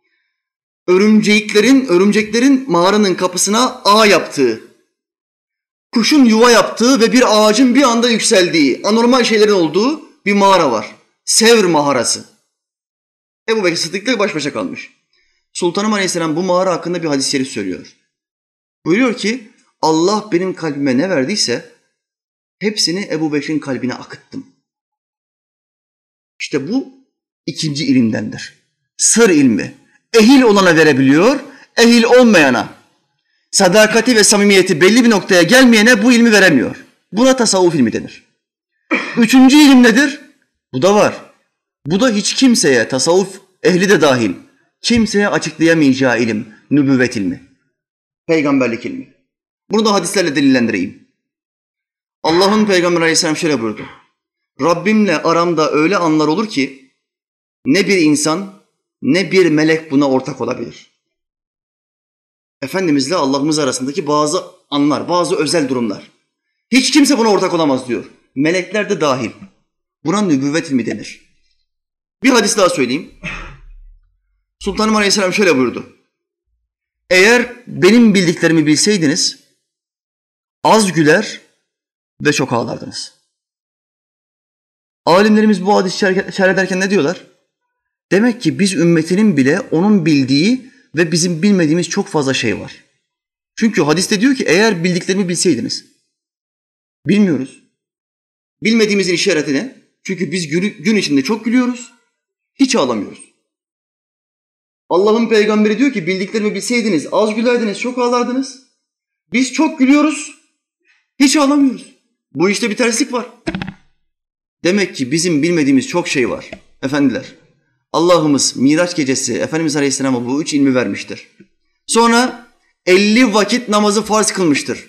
S1: Örümceklerin mağaranın kapısına ağ yaptığı, kuşun yuva yaptığı ve bir ağacın bir anda yükseldiği, anormal şeylerin olduğu bir mağara var. Sevr mağarası. Ebu Bekir Sıddık'la baş başa kalmış. Sultanım Aleyhisselam bu mağara hakkında bir hadis-i şerif söylüyor. Buyuruyor ki, Allah benim kalbime ne verdiyse hepsini Ebu Bekir'in kalbine akıttım. İşte bu ikinci ilimdendir. Sır ilmi. Ehil olana verebiliyor, ehil olmayana, sadakati ve samimiyeti belli bir noktaya gelmeyene bu ilmi veremiyor. Buna tasavvuf ilmi denir. Üçüncü ilim nedir? Bu da var. Bu da hiç kimseye, tasavvuf ehli de dahil, kimseye açıklayamayacağı ilim, nübüvvet ilmi. Peygamberlik ilmi. Bunu da hadislerle delillendireyim. Allah'ın Peygamberi Aleyhisselam şöyle buyurdu. Rabbimle aramda öyle anlar olur ki ne bir insan ne bir melek buna ortak olabilir. Efendimizle Allah'ımız arasındaki bazı anlar, bazı özel durumlar. Hiç kimse buna ortak olamaz diyor. Melekler de dahil. Buna nübüvvet ilmi denir. Bir hadis daha söyleyeyim. Sultanım Aleyhisselam şöyle buyurdu. Eğer benim bildiklerimi bilseydiniz az güler ve çok ağlardınız. Alimlerimiz bu hadisi şerh ederken ne diyorlar? Demek ki biz ümmetinin bile onun bildiği ve bizim bilmediğimiz çok fazla şey var. Çünkü hadiste diyor ki eğer bildiklerimi bilseydiniz. Bilmiyoruz. Bilmediğimizin işareti ne? Çünkü biz gün içinde çok gülüyoruz, hiç ağlamıyoruz. Allah'ın peygamberi diyor ki bildiklerimi bilseydiniz az gülerdiniz, çok ağlardınız. Biz çok gülüyoruz, hiç ağlamıyoruz. Bu işte bir terslik var. Demek ki bizim bilmediğimiz çok şey var. Efendiler, Allah'ımız Miraç gecesi Efendimiz Aleyhisselam'a bu üç ilmi vermiştir. Sonra 50 vakit namazı farz kılmıştır.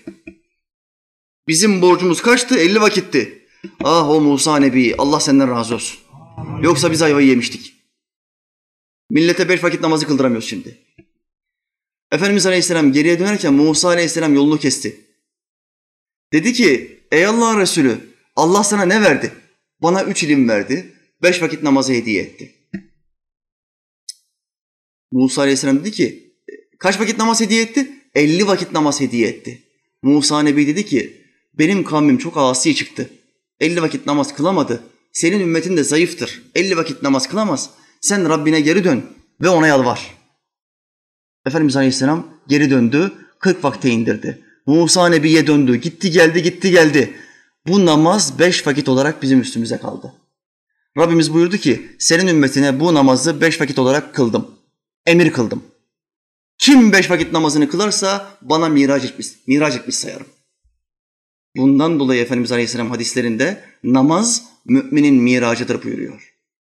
S1: Bizim borcumuz kaçtı? 50 vakitti. Ah o Musa Nebi, Allah senden razı olsun. Yoksa biz ayvayı yemiştik. Millete 5 vakit namazı kıldıramıyoruz şimdi. Efendimiz Aleyhisselam geriye dönerken Musa Aleyhisselam yolunu kesti. Dedi ki, ey Allah'ın Resulü, Allah sana ne verdi? Bana 3 ilim verdi, 5 vakit namazı hediye etti. Musa Aleyhisselam dedi ki, kaç vakit namaz hediye etti? 50 vakit namaz hediye etti. Musa Nebi dedi ki, benim kavmim çok asi çıktı. 50 vakit namaz kılamadı. Senin ümmetin de zayıftır. 50 vakit namaz kılamaz. Sen Rabbine geri dön ve ona yalvar. Efendimiz Aleyhisselam geri döndü, 40 vakte indirdi. Musa Nebi'ye döndü, gitti geldi. Bu namaz 5 vakit olarak bizim üstümüze kaldı. Rabbimiz buyurdu ki, senin ümmetine bu namazı 5 vakit olarak kıldım. Emir kıldım. Kim 5 vakit namazını kılarsa bana miraç etmiş sayarım. Bundan dolayı Efendimiz Aleyhisselam hadislerinde namaz müminin miracıdır buyuruyor.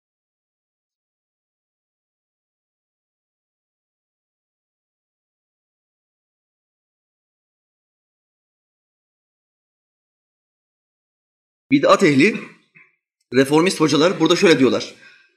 S1: Bid'at ehli, reformist hocalar burada şöyle diyorlar.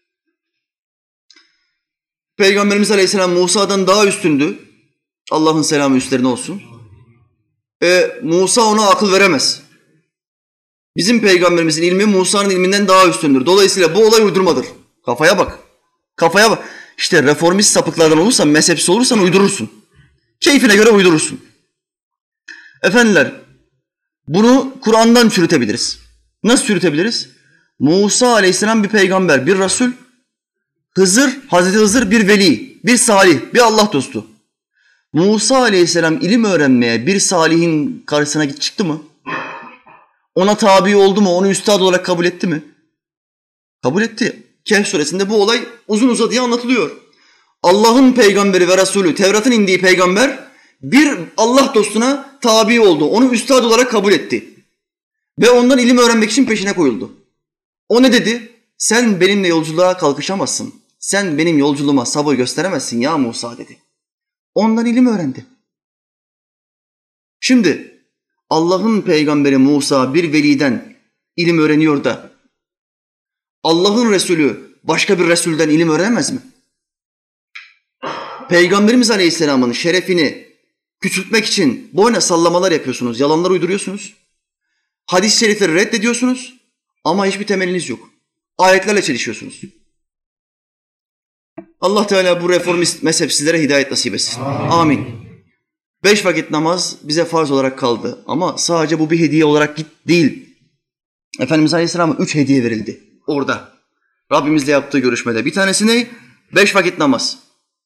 S1: Peygamberimiz Aleyhisselam Musa'dan daha üstündü. Allah'ın selamı üstlerine olsun. Musa ona akıl veremez. Bizim peygamberimizin ilmi Musa'nın ilminden daha üstündür. Dolayısıyla bu olay uydurmadır. Kafaya bak. İşte reformist sapıklardan olursan, mezhepsiz olursan uydurursun. Keyfine göre uydurursun. Efendiler, bunu Kur'an'dan çürütebiliriz. Nasıl çürütebiliriz? Musa Aleyhisselam bir peygamber, bir Resul. Hazreti Hızır bir veli, bir salih, bir Allah dostu. Musa Aleyhisselam ilim öğrenmeye bir salihin karşısına çıktı mı? Ona tabi oldu mu? Onu üstad olarak kabul etti mi? Kabul etti. Kehf suresinde bu olay uzun uzadıya anlatılıyor. Allah'ın peygamberi ve Resulü, Tevrat'ın indiği peygamber bir Allah dostuna tabi oldu. Onu üstad olarak kabul etti. Ve ondan ilim öğrenmek için peşine koyuldu. O ne dedi? Sen benimle yolculuğa kalkışamazsın. Sen benim yolculuğuma sabır gösteremezsin ya Musa dedi. Ondan ilim öğrendi. Şimdi Allah'ın peygamberi Musa bir veliden ilim öğreniyor da Allah'ın Resulü başka bir Resulden ilim öğrenemez mi? Peygamberimiz Aleyhisselam'ın şerefini küçültmek için boyuna sallamalar yapıyorsunuz, yalanlar uyduruyorsunuz. Hadis-i şerifleri reddediyorsunuz ama hiçbir temeliniz yok. Ayetlerle çelişiyorsunuz. Allah Teala bu reformist mezhepsizlere hidayet nasip etsin. Amin. 5 vakit namaz bize farz olarak kaldı ama sadece bu bir hediye olarak değil. Efendimiz Aleyhisselam'a 3 hediye verildi orada. Rabbimizle yaptığı görüşmede. Bir tanesi ne? 5 vakit namaz.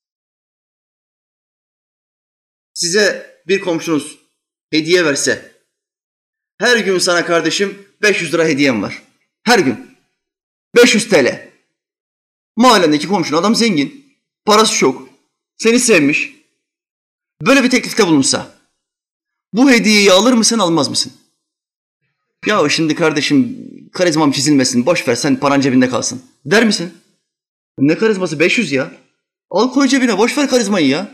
S1: Size bir komşunuz hediye verse, her gün sana kardeşim 500 lira hediyem var. Her gün. 500 TL. Mahallendeki komşun adam zengin, parası çok, seni sevmiş. Böyle bir teklifte bulunsa, bu hediyeyi alır mısın, almaz mısın? Ya şimdi kardeşim karizmam çizilmesin, boş ver sen paran cebinde kalsın der misin? Ne karizması, 500 ya. Al koy cebine, boş ver karizmayı ya.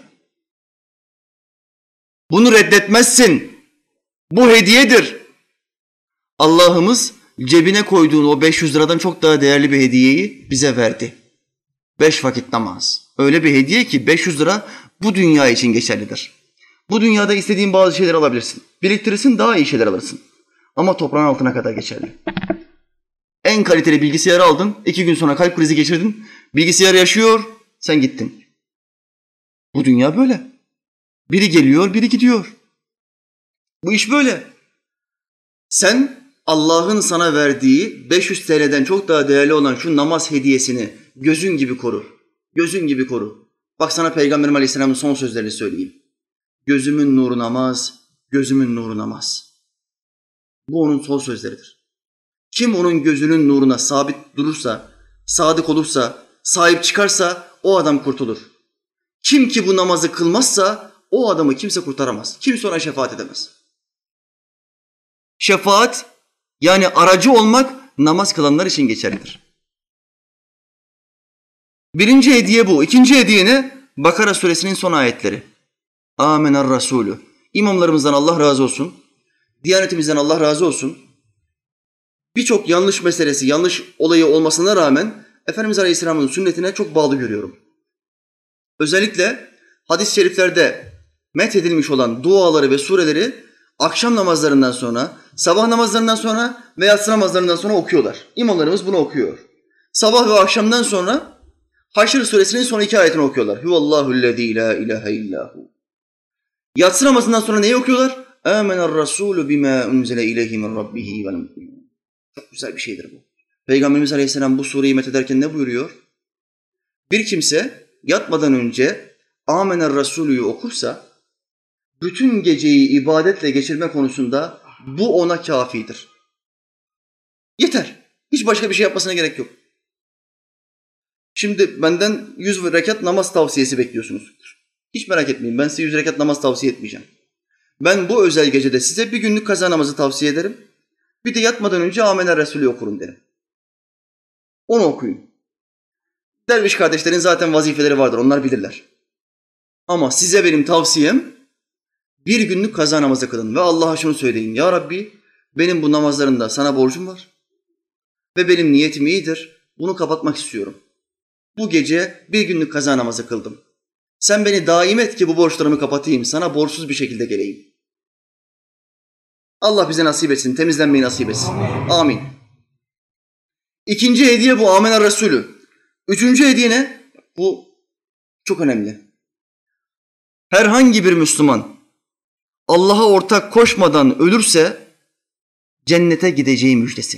S1: Bunu reddetmezsin. Bu hediyedir. Allah'ımız cebine koyduğun o 500 liradan çok daha değerli bir hediyeyi bize verdi. 5 vakit namaz. Öyle bir hediye ki 500 lira bu dünya için geçerlidir. Bu dünyada istediğin bazı şeyler alabilirsin. Biriktirirsin, daha iyi şeyler alırsın. Ama toprağın altına kadar geçerli. En kaliteli bilgisayarı aldın, 2 gün sonra kalp krizi geçirdin. Bilgisayar yaşıyor, sen gittin. Bu dünya böyle. Biri geliyor, biri gidiyor. Bu iş böyle. Sen Allah'ın sana verdiği 500 TL'den çok daha değerli olan şu namaz hediyesini gözün gibi koru. Gözün gibi koru. Bak sana Peygamberim Aleyhisselam'ın son sözlerini söyleyeyim. Gözümün nuru namaz, gözümün nuru namaz. Bu onun son sözleridir. Kim onun gözünün nuruna sabit durursa, sadık olursa, sahip çıkarsa o adam kurtulur. Kim ki bu namazı kılmazsa o adamı kimse kurtaramaz. Kimse ona şefaat edemez. Şefaat yani aracı olmak namaz kılanlar için geçerlidir. Birinci hediye bu. İkinci hediye ne? Bakara suresinin son ayetleri. Amener Resulü. İmamlarımızdan Allah razı olsun. Diyanetimizden Allah razı olsun. Birçok yanlış meselesi, yanlış olayı olmasına rağmen Efendimiz Aleyhisselam'ın sünnetine çok bağlı görüyorum. Özellikle hadis-i şeriflerde methedilmiş olan duaları ve sureleri akşam namazlarından sonra, sabah namazlarından sonra ve yatsı namazlarından sonra okuyorlar. İmamlarımız bunu okuyor. Sabah ve akşamdan sonra Haşr suresinin son 2 ayetini okuyorlar. Huvallahu'llezî la ilahe illahu. Yatsı namazından sonra neyi okuyorlar? Âmener rasûlü bimâ unzile ileyhi min rabbihi vel mu'minûn. Çok güzel bir şeydir bu. Peygamberimiz Aleyhisselam bu sureyi methederken ne buyuruyor? Bir kimse yatmadan önce Âmener Rasûlü'yü okursa bütün geceyi ibadetle geçirme konusunda bu ona kafidir. Yeter. Hiç başka bir şey yapmasına gerek yok. Şimdi benden 100 rekat namaz tavsiyesi bekliyorsunuz. Hiç merak etmeyin, ben size 100 rekat namaz tavsiye etmeyeceğim. Ben bu özel gecede size bir günlük kaza namazı tavsiye ederim. Bir de yatmadan önce Âmener Rasûlü'yü okurun derim. Onu okuyun. Derviş kardeşlerin zaten vazifeleri vardır, onlar bilirler. Ama size benim tavsiyem bir günlük kaza namazı kılın ve Allah'a şunu söyleyin. Ya Rabbi, benim bu namazlarında sana borcum var ve benim niyetim iyidir. Bunu kapatmak istiyorum. Bu gece bir günlük kaza namazı kıldım. Sen beni daim et ki bu borçlarımı kapatayım, sana borçsuz bir şekilde geleyim. Allah bize nasip etsin, temizlenmeyi nasip etsin. Amin. İkinci hediye bu Âmener Rasûlü. Üçüncü hediye ne? Bu çok önemli. Herhangi bir Müslüman Allah'a ortak koşmadan ölürse cennete gideceği müjdesi.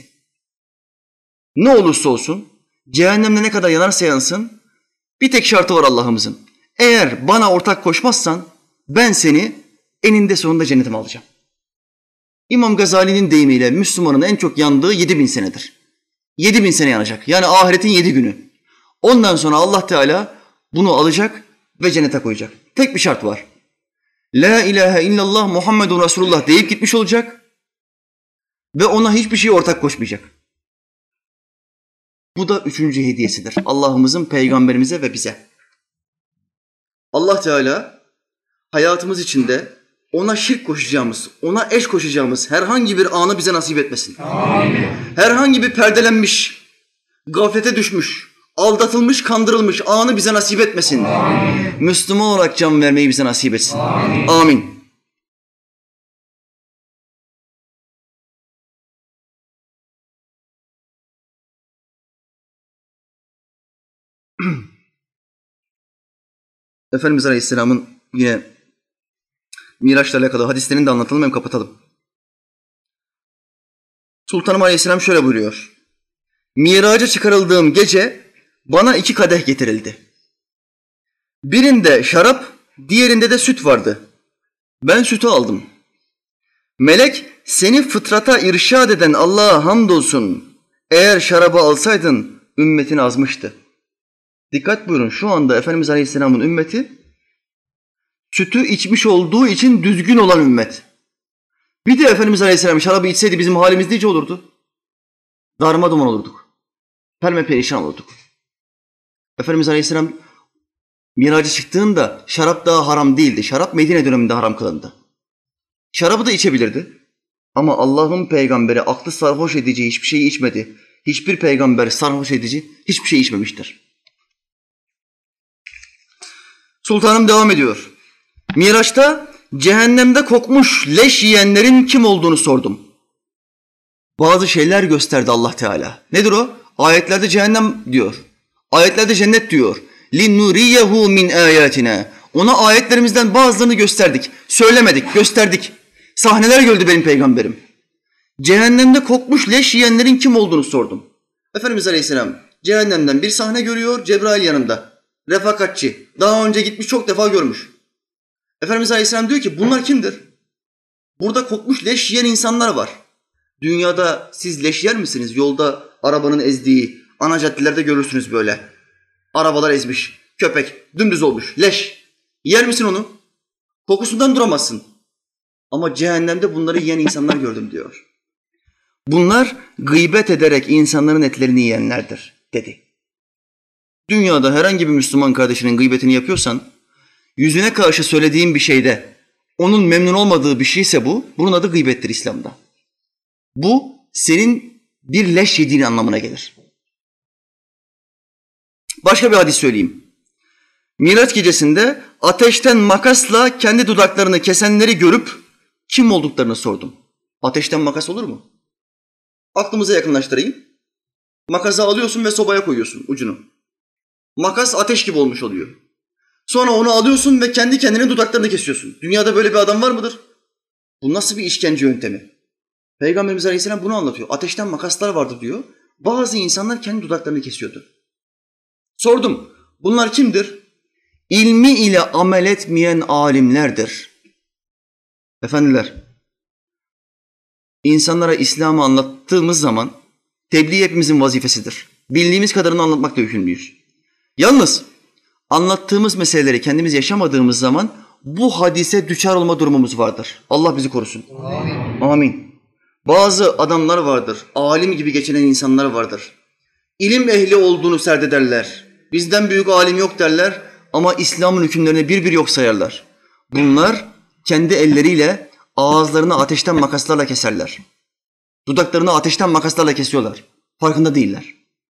S1: Ne olursa olsun, cehennemde ne kadar yanarsa yansın, bir tek şartı var Allah'ımızın. Eğer bana ortak koşmazsan ben seni eninde sonunda cennetime alacağım. İmam Gazali'nin deyimiyle Müslümanın en çok yandığı 7000 senedir. 7000 sene yanacak. Yani ahiretin 7 günü. Ondan sonra Allah Teala bunu alacak ve cennete koyacak. Tek bir şart var. La ilahe illallah Muhammedun Resulullah deyip gitmiş olacak ve ona hiçbir şey ortak koşmayacak. Bu da üçüncü hediyesidir. Allah'ımızın peygamberimize ve bize. Allah Teala hayatımız içinde ona şirk koşacağımız, ona eş koşacağımız herhangi bir anı bize nasip etmesin. Amin. Herhangi bir perdelenmiş, gaflete düşmüş, aldatılmış, kandırılmış anı bize nasip etmesin. Amin. Müslüman olarak can vermeyi bize nasip etsin. Amin. Amin. Efendimiz Aleyhisselam'ın yine Miraç'la alakalı hadislerini de anlatalım hem kapatalım. Sultanım Aleyhisselam şöyle buyuruyor. Miraca çıkarıldığım gece bana 2 kadeh getirildi. Birinde şarap, diğerinde de süt vardı. Ben sütü aldım. Melek, seni fıtrata irşad eden Allah'a hamdolsun. eğer şarabı alsaydın ümmetin azmıştı. Dikkat buyurun, şu anda Efendimiz Aleyhisselam'ın ümmeti sütü içmiş olduğu için düzgün olan ümmet. Bir de Efendimiz Aleyhisselam şarabı içseydi bizim halimiz nice olurdu? Darmaduman olurduk. Perme perişan olurduk. Efendimiz Aleyhisselam Miraca çıktığında şarap daha haram değildi. Şarap Medine döneminde haram kılındı. Şarabı da içebilirdi. Ama Allah'ın peygamberi aklı sarhoş edici hiçbir şey içmedi. Hiçbir peygamber sarhoş edici hiçbir şey içmemiştir. Sultanım devam ediyor. Miraç'ta cehennemde kokmuş leş yiyenlerin kim olduğunu sordum. Bazı şeyler gösterdi Allah Teala. Nedir o? Ayetlerde cehennem diyor. Ayetlerde cennet diyor. لِنُّرِيَّهُ مِنْ آيَاتِنَا. Ona ayetlerimizden bazılarını gösterdik. Söylemedik, gösterdik. Sahneler gördü benim peygamberim. Cehennemde kokmuş leş yiyenlerin kim olduğunu sordum. Efendimiz Aleyhisselam cehennemden bir sahne görüyor, Cebrail yanında. Refakatçi. Daha önce gitmiş, çok defa görmüş. Efendimiz Aleyhisselam diyor ki bunlar kimdir? Burada kokmuş leş yiyen insanlar var. Dünyada siz leş yer misiniz? Yolda arabanın ezdiği, ana caddelerde görürsünüz böyle. Arabalar ezmiş, köpek dümdüz olmuş, leş. Yer misin onu? Kokusundan duramazsın. Ama cehennemde bunları yiyen insanlar gördüm diyor. Bunlar gıybet ederek insanların etlerini yiyenlerdir dedi. Dünyada herhangi bir Müslüman kardeşinin gıybetini yapıyorsan, yüzüne karşı söylediğin bir şeyde onun memnun olmadığı bir şeyse bu, bunun adı gıybettir İslam'da. Bu senin bir leş yediğin anlamına gelir. Başka bir hadis söyleyeyim. Miraç gecesinde ateşten makasla kendi dudaklarını kesenleri görüp kim olduklarını sordum. Ateşten makas olur mu? Aklımıza yakınlaştırayım. Makası alıyorsun ve sobaya koyuyorsun ucunu. Makas ateş gibi olmuş oluyor. Sonra onu alıyorsun ve kendi kendine dudaklarını kesiyorsun. Dünyada böyle bir adam var mıdır? Bu nasıl bir işkence yöntemi? Peygamberimiz Aleyhisselam bunu anlatıyor. Ateşten makaslar vardı diyor. Bazı insanlar kendi dudaklarını kesiyordu. Sordum. Bunlar kimdir? İlmi ile amel etmeyen alimlerdir. Efendiler, insanlara İslam'ı anlattığımız zaman tebliğ hepimizin vazifesidir. Bildiğimiz kadarını anlatmakla yükümlüyüz. Yalnız anlattığımız meseleleri kendimiz yaşamadığımız zaman bu hadise düçar olma durumumuz vardır. Allah bizi korusun. Amin. Amin. Bazı adamlar vardır, alim gibi geçinen insanlar vardır. İlim ehli olduğunu serdederler. Bizden büyük alim yok derler ama İslam'ın hükümlerini bir bir yok sayarlar. Bunlar kendi elleriyle ağızlarını ateşten makaslarla keserler. Dudaklarını ateşten makaslarla kesiyorlar. Farkında değiller.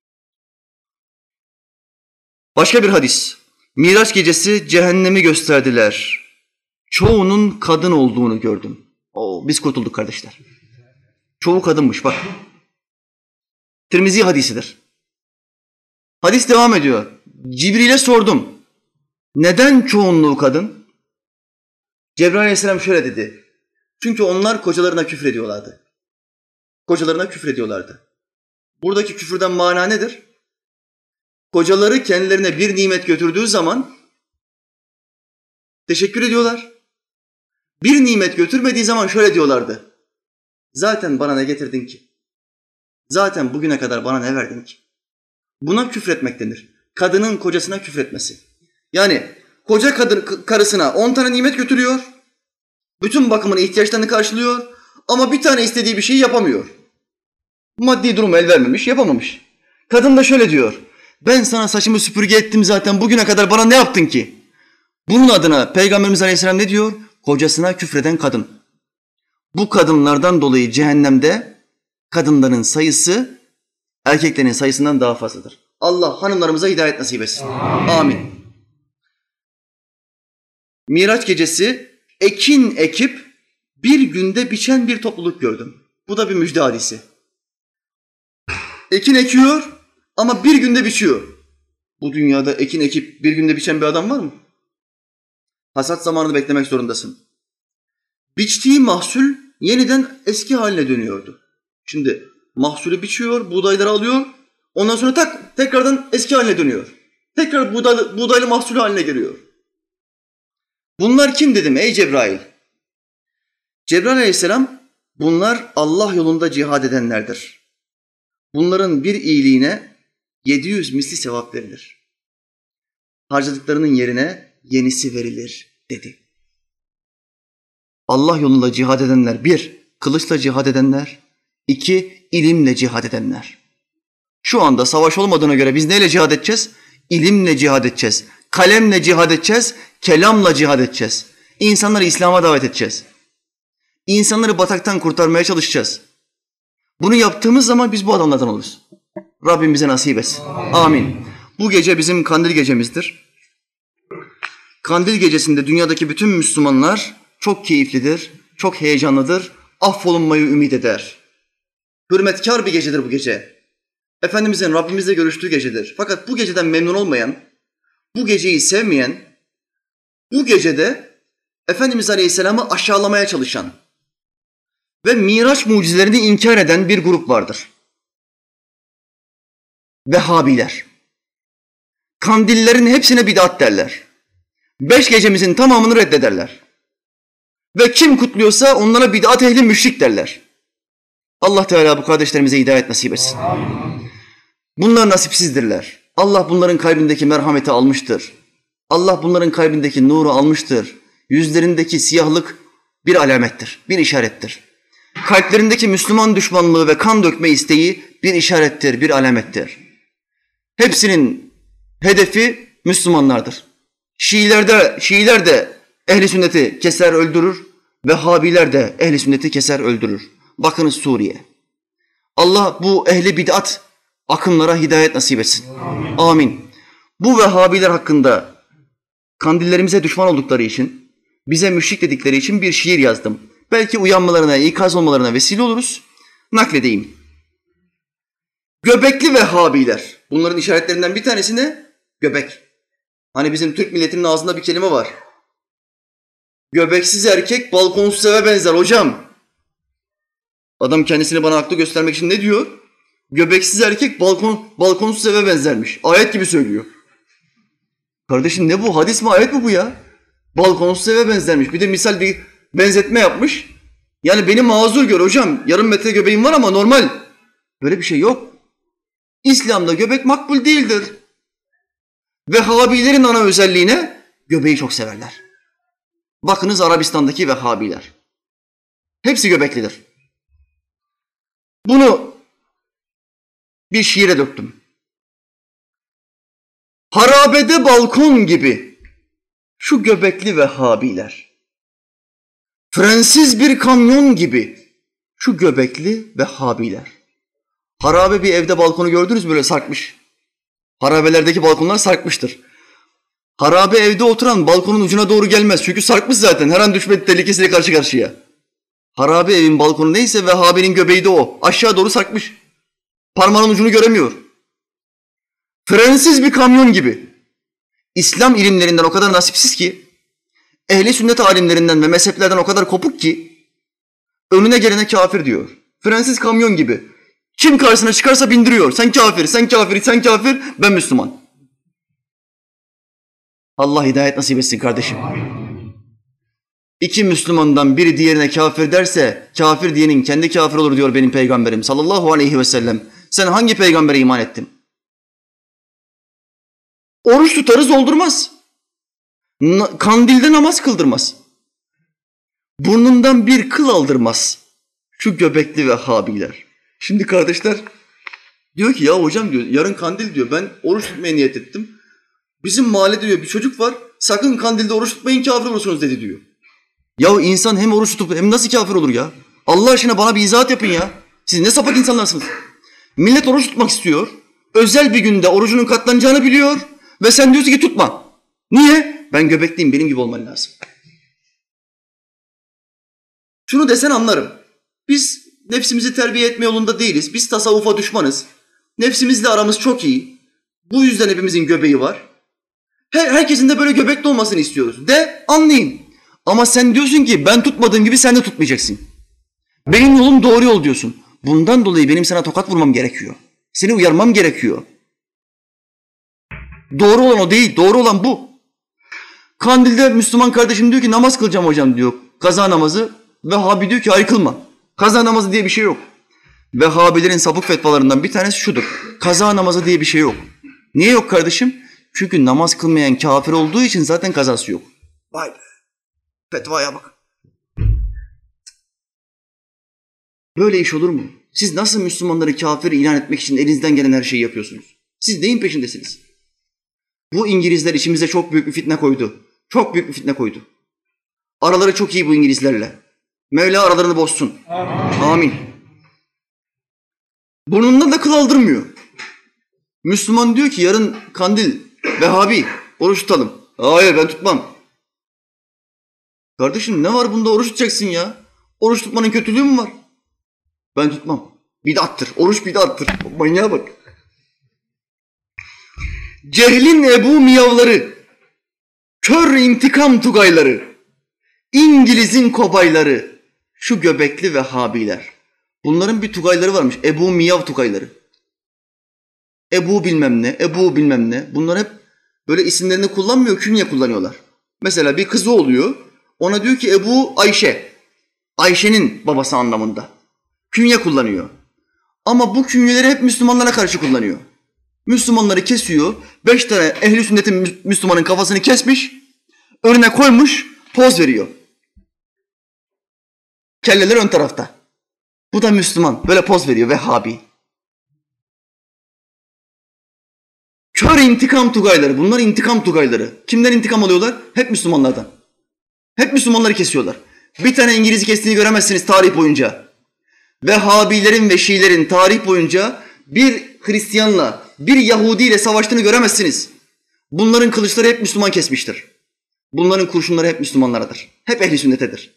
S1: Başka bir hadis. Miraç gecesi cehennemi gösterdiler. Çoğunun kadın olduğunu gördüm. Biz kurtulduk kardeşler. Çoğu kadınmış bak. Tirmizi hadisidir. Hadis devam ediyor. Cibril'e sordum. Neden çoğunluğu kadın? Cebrail Aleyhisselam şöyle dedi. Çünkü onlar kocalarına küfrediyorlardı. Kocalarına küfrediyorlardı. Buradaki küfürden mana nedir? Kocaları kendilerine bir nimet götürdüğü zaman teşekkür ediyorlar. Bir nimet götürmediği zaman şöyle diyorlardı. Zaten bana ne getirdin ki? Zaten bugüne kadar bana ne verdin ki? Buna küfretmek denir. Kadının kocasına küfretmesi. Yani koca karısına 10 tane nimet götürüyor. Bütün bakımını, ihtiyaçlarını karşılıyor. Ama bir tane istediği bir şeyi yapamıyor. Maddi durumu el vermemiş, yapamamış. Kadın da şöyle diyor. Ben sana saçımı süpürge ettim zaten bugüne kadar bana ne yaptın ki? Bunun adına Peygamberimiz Aleyhisselam ne diyor? Kocasına küfreden kadın. Bu kadınlardan dolayı cehennemde kadınların sayısı erkeklerin sayısından daha fazladır. Allah hanımlarımıza hidayet nasip etsin. Amin. Miraç gecesi ekin ekip bir günde biçen bir topluluk gördüm. Bu da bir müjde hadisi. Ekin ekiyor ama bir günde biçiyor. Bu dünyada ekin ekip bir günde biçen bir adam var mı? Hasat zamanını beklemek zorundasın. Biçtiği mahsul yeniden eski haline dönüyordu. Şimdi mahsulü biçiyor, buğdayları alıyor, ondan sonra tekrardan eski haline dönüyor. Tekrar buğdaylı mahsulü haline geliyor. Bunlar kim dedim ey Cebrail? Cebrail Aleyhisselam bunlar Allah yolunda cihad edenlerdir. bunların bir iyiliğine 700 misli sevap verilir. Harcadıklarının yerine yenisi verilir dedi. Allah yolunda cihad edenler, 1, kılıçla cihad edenler, 2, ilimle cihad edenler. Şu anda savaş olmadığına göre biz neyle cihad edeceğiz? İlimle cihad edeceğiz, kalemle cihad edeceğiz, kelamla cihad edeceğiz. İnsanları İslam'a davet edeceğiz. İnsanları bataktan kurtarmaya çalışacağız. Bunu yaptığımız zaman biz bu adamlardan oluruz. Rabbim bize nasip etsin. Amin. Bu gece bizim kandil gecemizdir. Kandil gecesinde dünyadaki bütün Müslümanlar çok keyiflidir, çok heyecanlıdır, affolunmayı ümit eder. Hürmetkar bir gecedir bu gece. Efendimizin Rabbimizle görüştüğü gecedir. Fakat bu geceden memnun olmayan, bu geceyi sevmeyen, bu gecede Efendimiz Aleyhisselam'ı aşağılamaya çalışan ve Miraç mucizelerini inkar eden bir grup vardır. Vehhabiler. Kandillerin hepsine bid'at derler. 5 gecemizin tamamını reddederler. Ve kim kutluyorsa onlara bid'at ehli müşrik derler. Allah Teala bu kardeşlerimize hidayet nasip etsin. Bunlar nasipsizdirler. Allah bunların kalbindeki merhameti almıştır. Allah bunların kalbindeki nuru almıştır. Yüzlerindeki siyahlık bir alamettir, bir işarettir. Kalplerindeki Müslüman düşmanlığı ve kan dökme isteği bir işarettir, bir alamettir. Hepsinin hedefi Müslümanlardır. Şiiler de ehli sünneti keser öldürür, Vehhabiler de ehli sünneti keser öldürür. Bakınız Suriye. Allah bu ehli bid'at akımlara hidayet nasip etsin. Amin. Bu Vehhabiler hakkında kandillerimize düşman oldukları için, bize müşrik dedikleri için bir şiir yazdım. Belki uyanmalarına, ikaz olmalarına vesile oluruz. Nakledeyim. Göbekli Vehhabiler. Bunların işaretlerinden bir tanesi ne? Göbek. Hani bizim Türk milletinin ağzında bir kelime var. Göbeksiz erkek balkonsuz eve benzer hocam. Adam kendisini bana haklı göstermek için ne diyor? Göbeksiz erkek balkonsuz eve benzermiş. Ayet gibi söylüyor. Kardeşim ne bu? Hadis mi, ayet mi bu ya? Balkonsuz eve benzermiş. Bir de misal bir benzetme yapmış. Yani beni mazur gör hocam. Yarım metre göbeğim var ama normal. Böyle bir şey yok. İslam'da göbek makbul değildir. Vehhabilerin ana özelliğine göbeği çok severler. Bakınız Arabistan'daki Vehhabiler. Hepsi göbeklidir. Bunu bir şiire döktüm. Harabede balkon gibi şu göbekli Vehhabiler. Frensiz bir kamyon gibi şu göbekli Vehhabiler. Harabe bir evde balkonu gördünüz mü böyle sarkmış? Harabelerdeki balkonlar sarkmıştır. Harabe evde oturan balkonun ucuna doğru gelmez. Çünkü sarkmış zaten. Her an düşme tehlikesiyle karşı karşıya. Harabe evin balkonu neyse Vehhabi'nin göbeği de o. Aşağı doğru sarkmış. Parmağının ucunu göremiyor. Frensiz bir kamyon gibi. İslam ilimlerinden o kadar nasipsiz ki, ehli sünnet alimlerinden ve mezheplerden o kadar kopuk ki, önüne gelene kafir diyor. Frensiz kamyon gibi. Kim karşısına çıkarsa bindiriyor. Sen kafir, sen kafir, sen kafir, ben Müslüman. Allah hidayet nasip etsin kardeşim. İki Müslümandan biri diğerine kafir derse, kafir diyenin kendi kafir olur diyor benim peygamberim sallallahu aleyhi ve sellem. Sen hangi peygambere iman ettin? Oruç tutarız oldurmaz. Kandilde namaz kıldırmaz. Burnundan bir kıl aldırmaz. Şu göbekli Vehhabiler. Şimdi kardeşler diyor ki ya hocam diyor yarın kandil diyor ben oruç tutmaya niyet ettim. Bizim mahallede diyor bir çocuk var sakın kandilde oruç tutmayın kafir olursunuz dedi diyor. Ya insan hem oruç tutup hem nasıl kafir olur ya? Allah aşkına bana bir izahat yapın ya. Siz ne sapık insanlarsınız. Millet oruç tutmak istiyor. Özel bir günde orucunun katlanacağını biliyor. Ve sen diyorsun ki tutma. Niye? Ben göbekliyim benim gibi olman lazım. Şunu desen anlarım. Biz nefsimizi terbiye etme yolunda değiliz. Biz tasavvufa düşmanız. Nefsimizle aramız çok iyi. Bu yüzden hepimizin göbeği var. Herkesin de böyle göbekli olmasını istiyoruz. De anlayayım. Ama sen diyorsun ki ben tutmadığım gibi sen de tutmayacaksın. Benim yolum doğru yol diyorsun. Bundan dolayı benim sana tokat vurmam gerekiyor. Seni uyarmam gerekiyor. Doğru olan o değil, doğru olan bu. Kandilde Müslüman kardeşim diyor ki namaz kılacağım hocam diyor. Kaza namazı. Vehhabi diyor ki hayır kılma. Kaza namazı diye bir şey yok. Vehhabilerin sapık fetvalarından bir tanesi şudur. Kaza namazı diye bir şey yok. Niye yok kardeşim? Çünkü namaz kılmayan kafir olduğu için zaten kazası yok. Vay be. Fetvaya bak. Böyle iş olur mu? Siz nasıl Müslümanları kafir ilan etmek için elinizden gelen her şeyi yapıyorsunuz? Siz neyin peşindesiniz? Bu İngilizler içimize çok büyük bir fitne koydu. Çok büyük bir fitne koydu. Araları çok iyi bu İngilizlerle. Mevla aralarını bozsun. Amin. Burnundan da kıl aldırmıyor. Müslüman diyor ki yarın kandil, Vehhabi, oruç tutalım. Hayır ben tutmam. Kardeşim ne var bunda, oruç tutacaksın ya? Oruç tutmanın kötülüğü mü var? Ben tutmam. Bid'attır. Oruç bid'attır. Manyağa bak. Cehlin Ebu Miyavları, kör intikam tugayları, İngiliz'in kobayları, şu göbekli Vehhabiler. Bunların bir tugayları varmış. Ebu Miyav tugayları. Ebu bilmem ne, Ebu bilmem ne. Bunlar hep böyle isimlerini kullanmıyor, künye kullanıyorlar. Mesela bir kızı oluyor. Ona diyor ki Ebu Ayşe. Ayşe'nin babası anlamında. Künye kullanıyor. Ama bu künyeleri hep Müslümanlara karşı kullanıyor. Müslümanları kesiyor. 5 tane ehli sünnetin Müslümanın kafasını kesmiş. Önüne koymuş, poz veriyor. Kelleler ön tarafta. Bu da Müslüman. Böyle poz veriyor. Vehhabi. Kör intikam tugayları. Bunlar intikam tugayları. Kimden intikam alıyorlar? Hep Müslümanlardan. Hep Müslümanları kesiyorlar. Bir tane İngiliz'i kestiğini göremezsiniz tarih boyunca. Vehhabilerin ve Şiilerin tarih boyunca bir Hristiyanla, bir Yahudi ile savaştığını göremezsiniz. Bunların kılıçları hep Müslüman kesmiştir. Bunların kurşunları hep Müslümanlaradır. Hep ehli sünnetedir.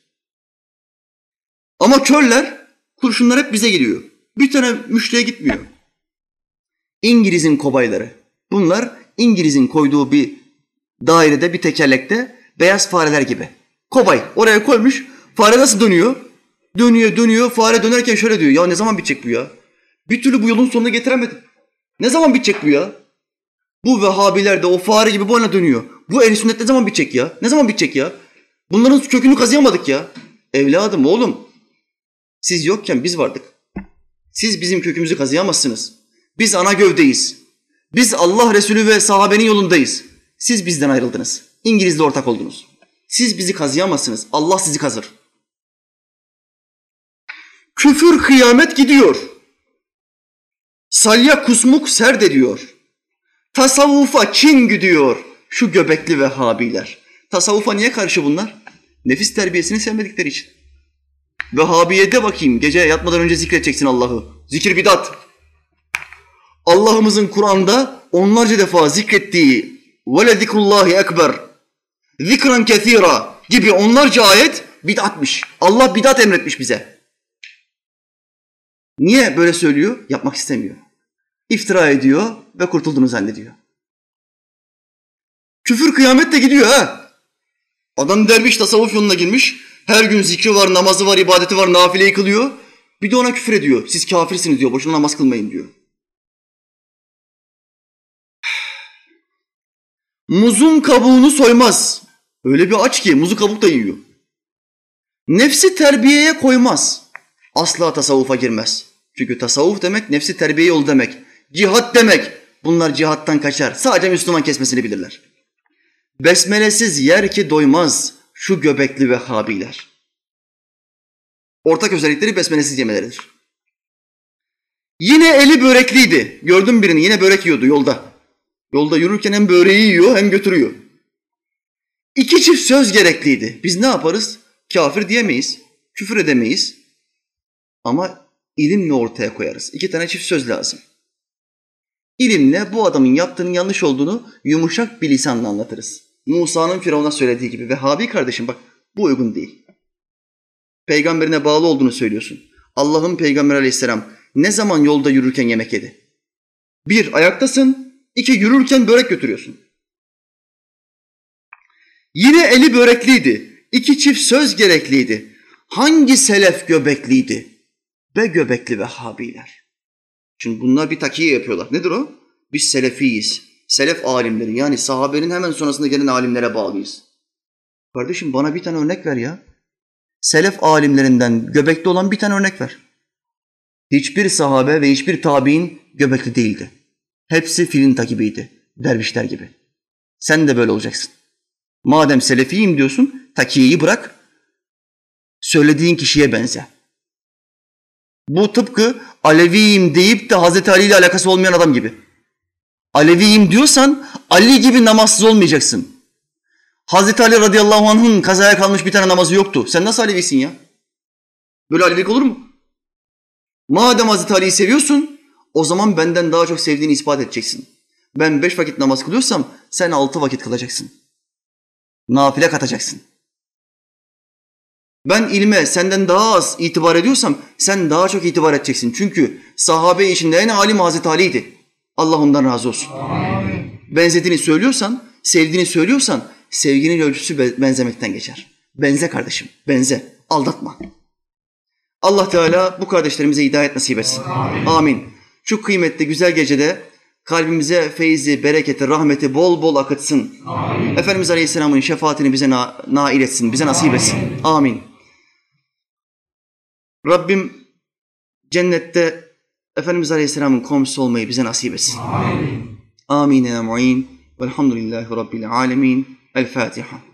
S1: Ama körler, kurşunlar hep bize geliyor. Bir tane müşriye gitmiyor. İngiliz'in kobayları. Bunlar İngiliz'in koyduğu bir dairede, bir tekerlekte beyaz fareler gibi. Kobay oraya koymuş, fare nasıl dönüyor? Dönüyor, fare dönerken şöyle diyor. Ya ne zaman bitecek bu ya? Bir türlü bu yolun sonuna getiremedim. Ne zaman bitecek bu ya? Bu Vehhabiler de o fare gibi bu yana dönüyor. Bu ehl-i sünnet ne zaman bitecek ya? Ne zaman bitecek ya? Bunların kökünü kazıyamadık ya. Evladım, oğlum. Siz yokken biz vardık. Siz bizim kökümüzü kazıyamazsınız. Biz ana gövdeyiz. Biz Allah Resulü ve sahabenin yolundayız. Siz bizden ayrıldınız. İngilizle ortak oldunuz. Siz bizi kazıyamazsınız. Allah sizi kazır. Küfür kıyamet gidiyor. Salya kusmuk serd ediyor. Tasavvufa kin güdüyor şu göbekli Vehhabiler. Tasavvufa niye karşı bunlar? Nefis terbiyesini sevmedikleri için. Vehhabiye de bakayım, gece yatmadan önce zikredeceksin Allah'ı. Zikir bidat. Allah'ımızın Kur'an'da onlarca defa zikrettiği وَلَذِكُ اللّٰهِ ekber, zikran kethira gibi onlarca ayet bidatmış. Allah bidat emretmiş bize. Niye böyle söylüyor? Yapmak istemiyor. İftira ediyor ve kurtulduğunu zannediyor. Küfür kıyamette gidiyor ha. Adam derviş tasavvuf yoluna girmiş. Her gün zikri var, namazı var, ibadeti var, nafileyi kılıyor. Bir de ona küfür ediyor. Siz kafirsiniz diyor. Boşuna namaz kılmayın diyor. Muzun kabuğunu soymaz. Öyle bir aç ki muzu kabuk da yiyor. Nefsi terbiyeye koymaz. Asla tasavvufa girmez. Çünkü tasavvuf demek nefsi terbiye yolu demek. Cihat demek. Bunlar cihattan kaçar. Sadece Müslüman kesmesini bilirler. Besmelesiz yer ki doymaz şu göbekli Vehhabiler. Ortak özellikleri besmelesiz yemeleridir. Yine eli börekliydi. Gördüm birini, yine börek yiyordu yolda. Yolda yürürken hem böreği yiyor hem götürüyor. 2 çift söz gerekliydi. Biz ne yaparız? Kafir diyemeyiz, küfür edemeyiz. Ama ilimle ortaya koyarız. 2 tane çift söz lazım. İlimle bu adamın yaptığının yanlış olduğunu yumuşak bir lisanla anlatırız. Musa'nın Firavun'a söylediği gibi. Vehhabi kardeşim bak, bu uygun değil. Peygamberine bağlı olduğunu söylüyorsun. Allah'ın Peygamberi Aleyhisselam ne zaman yolda yürürken yemek yedi? 1, ayaktasın. 2, yürürken börek götürüyorsun. Yine eli börekliydi. 2 çift söz gerekliydi. Hangi selef göbekliydi? Be göbekli Vehhabiler. Şimdi bunlar bir takiye yapıyorlar. Nedir o? Biz selefiyiz. Selef alimleri, yani sahabenin hemen sonrasında gelen alimlere bağlıyız. Kardeşim bana bir tane örnek ver ya. Selef alimlerinden göbekli olan bir tane örnek ver. Hiçbir sahabe ve hiçbir tabiin göbekli değildi. Hepsi filinta gibiydi, dervişler gibi. Sen de böyle olacaksın. Madem selefiyim diyorsun, takiyeyi bırak, söylediğin kişiye benze. Bu tıpkı Aleviyim deyip de Hazreti Ali ile alakası olmayan adam gibi. Aleviyim diyorsan Ali gibi namazsız olmayacaksın. Hazreti Ali radıyallahu anh'ın kazaya kalmış bir tane namazı yoktu. Sen nasıl Alevisin ya? Böyle Alevilik olur mu? Madem Hazreti Ali'yi seviyorsun, o zaman benden daha çok sevdiğini ispat edeceksin. Ben 5 vakit namaz kılıyorsam sen 6 vakit kılacaksın. Nafile katacaksın. Ben ilme senden daha az itibar ediyorsam sen daha çok itibar edeceksin. Çünkü sahabe içinde en alim Hazreti Ali'ydi. Allah ondan razı olsun. Amin. Benzediğini söylüyorsan, sevdiğini söylüyorsan sevginin ölçüsü benzemekten geçer. Benze kardeşim, benze. Aldatma. Allah Teala bu kardeşlerimize hidayet nasip etsin. Amin. Amin. Şu kıymetli güzel gecede kalbimize feyzi, bereketi, rahmeti bol bol akıtsın. Amin. Efendimiz Aleyhisselam'ın şefaatini bize nail etsin, bize nasip etsin. Amin. Rabbim cennette Efendimiz Aleyhisselam'ın komşusu olmayı bize nasip etsin. Amin. Amin ya mu'in. Velhamdülillahi Rabbil alemin. El Fatiha.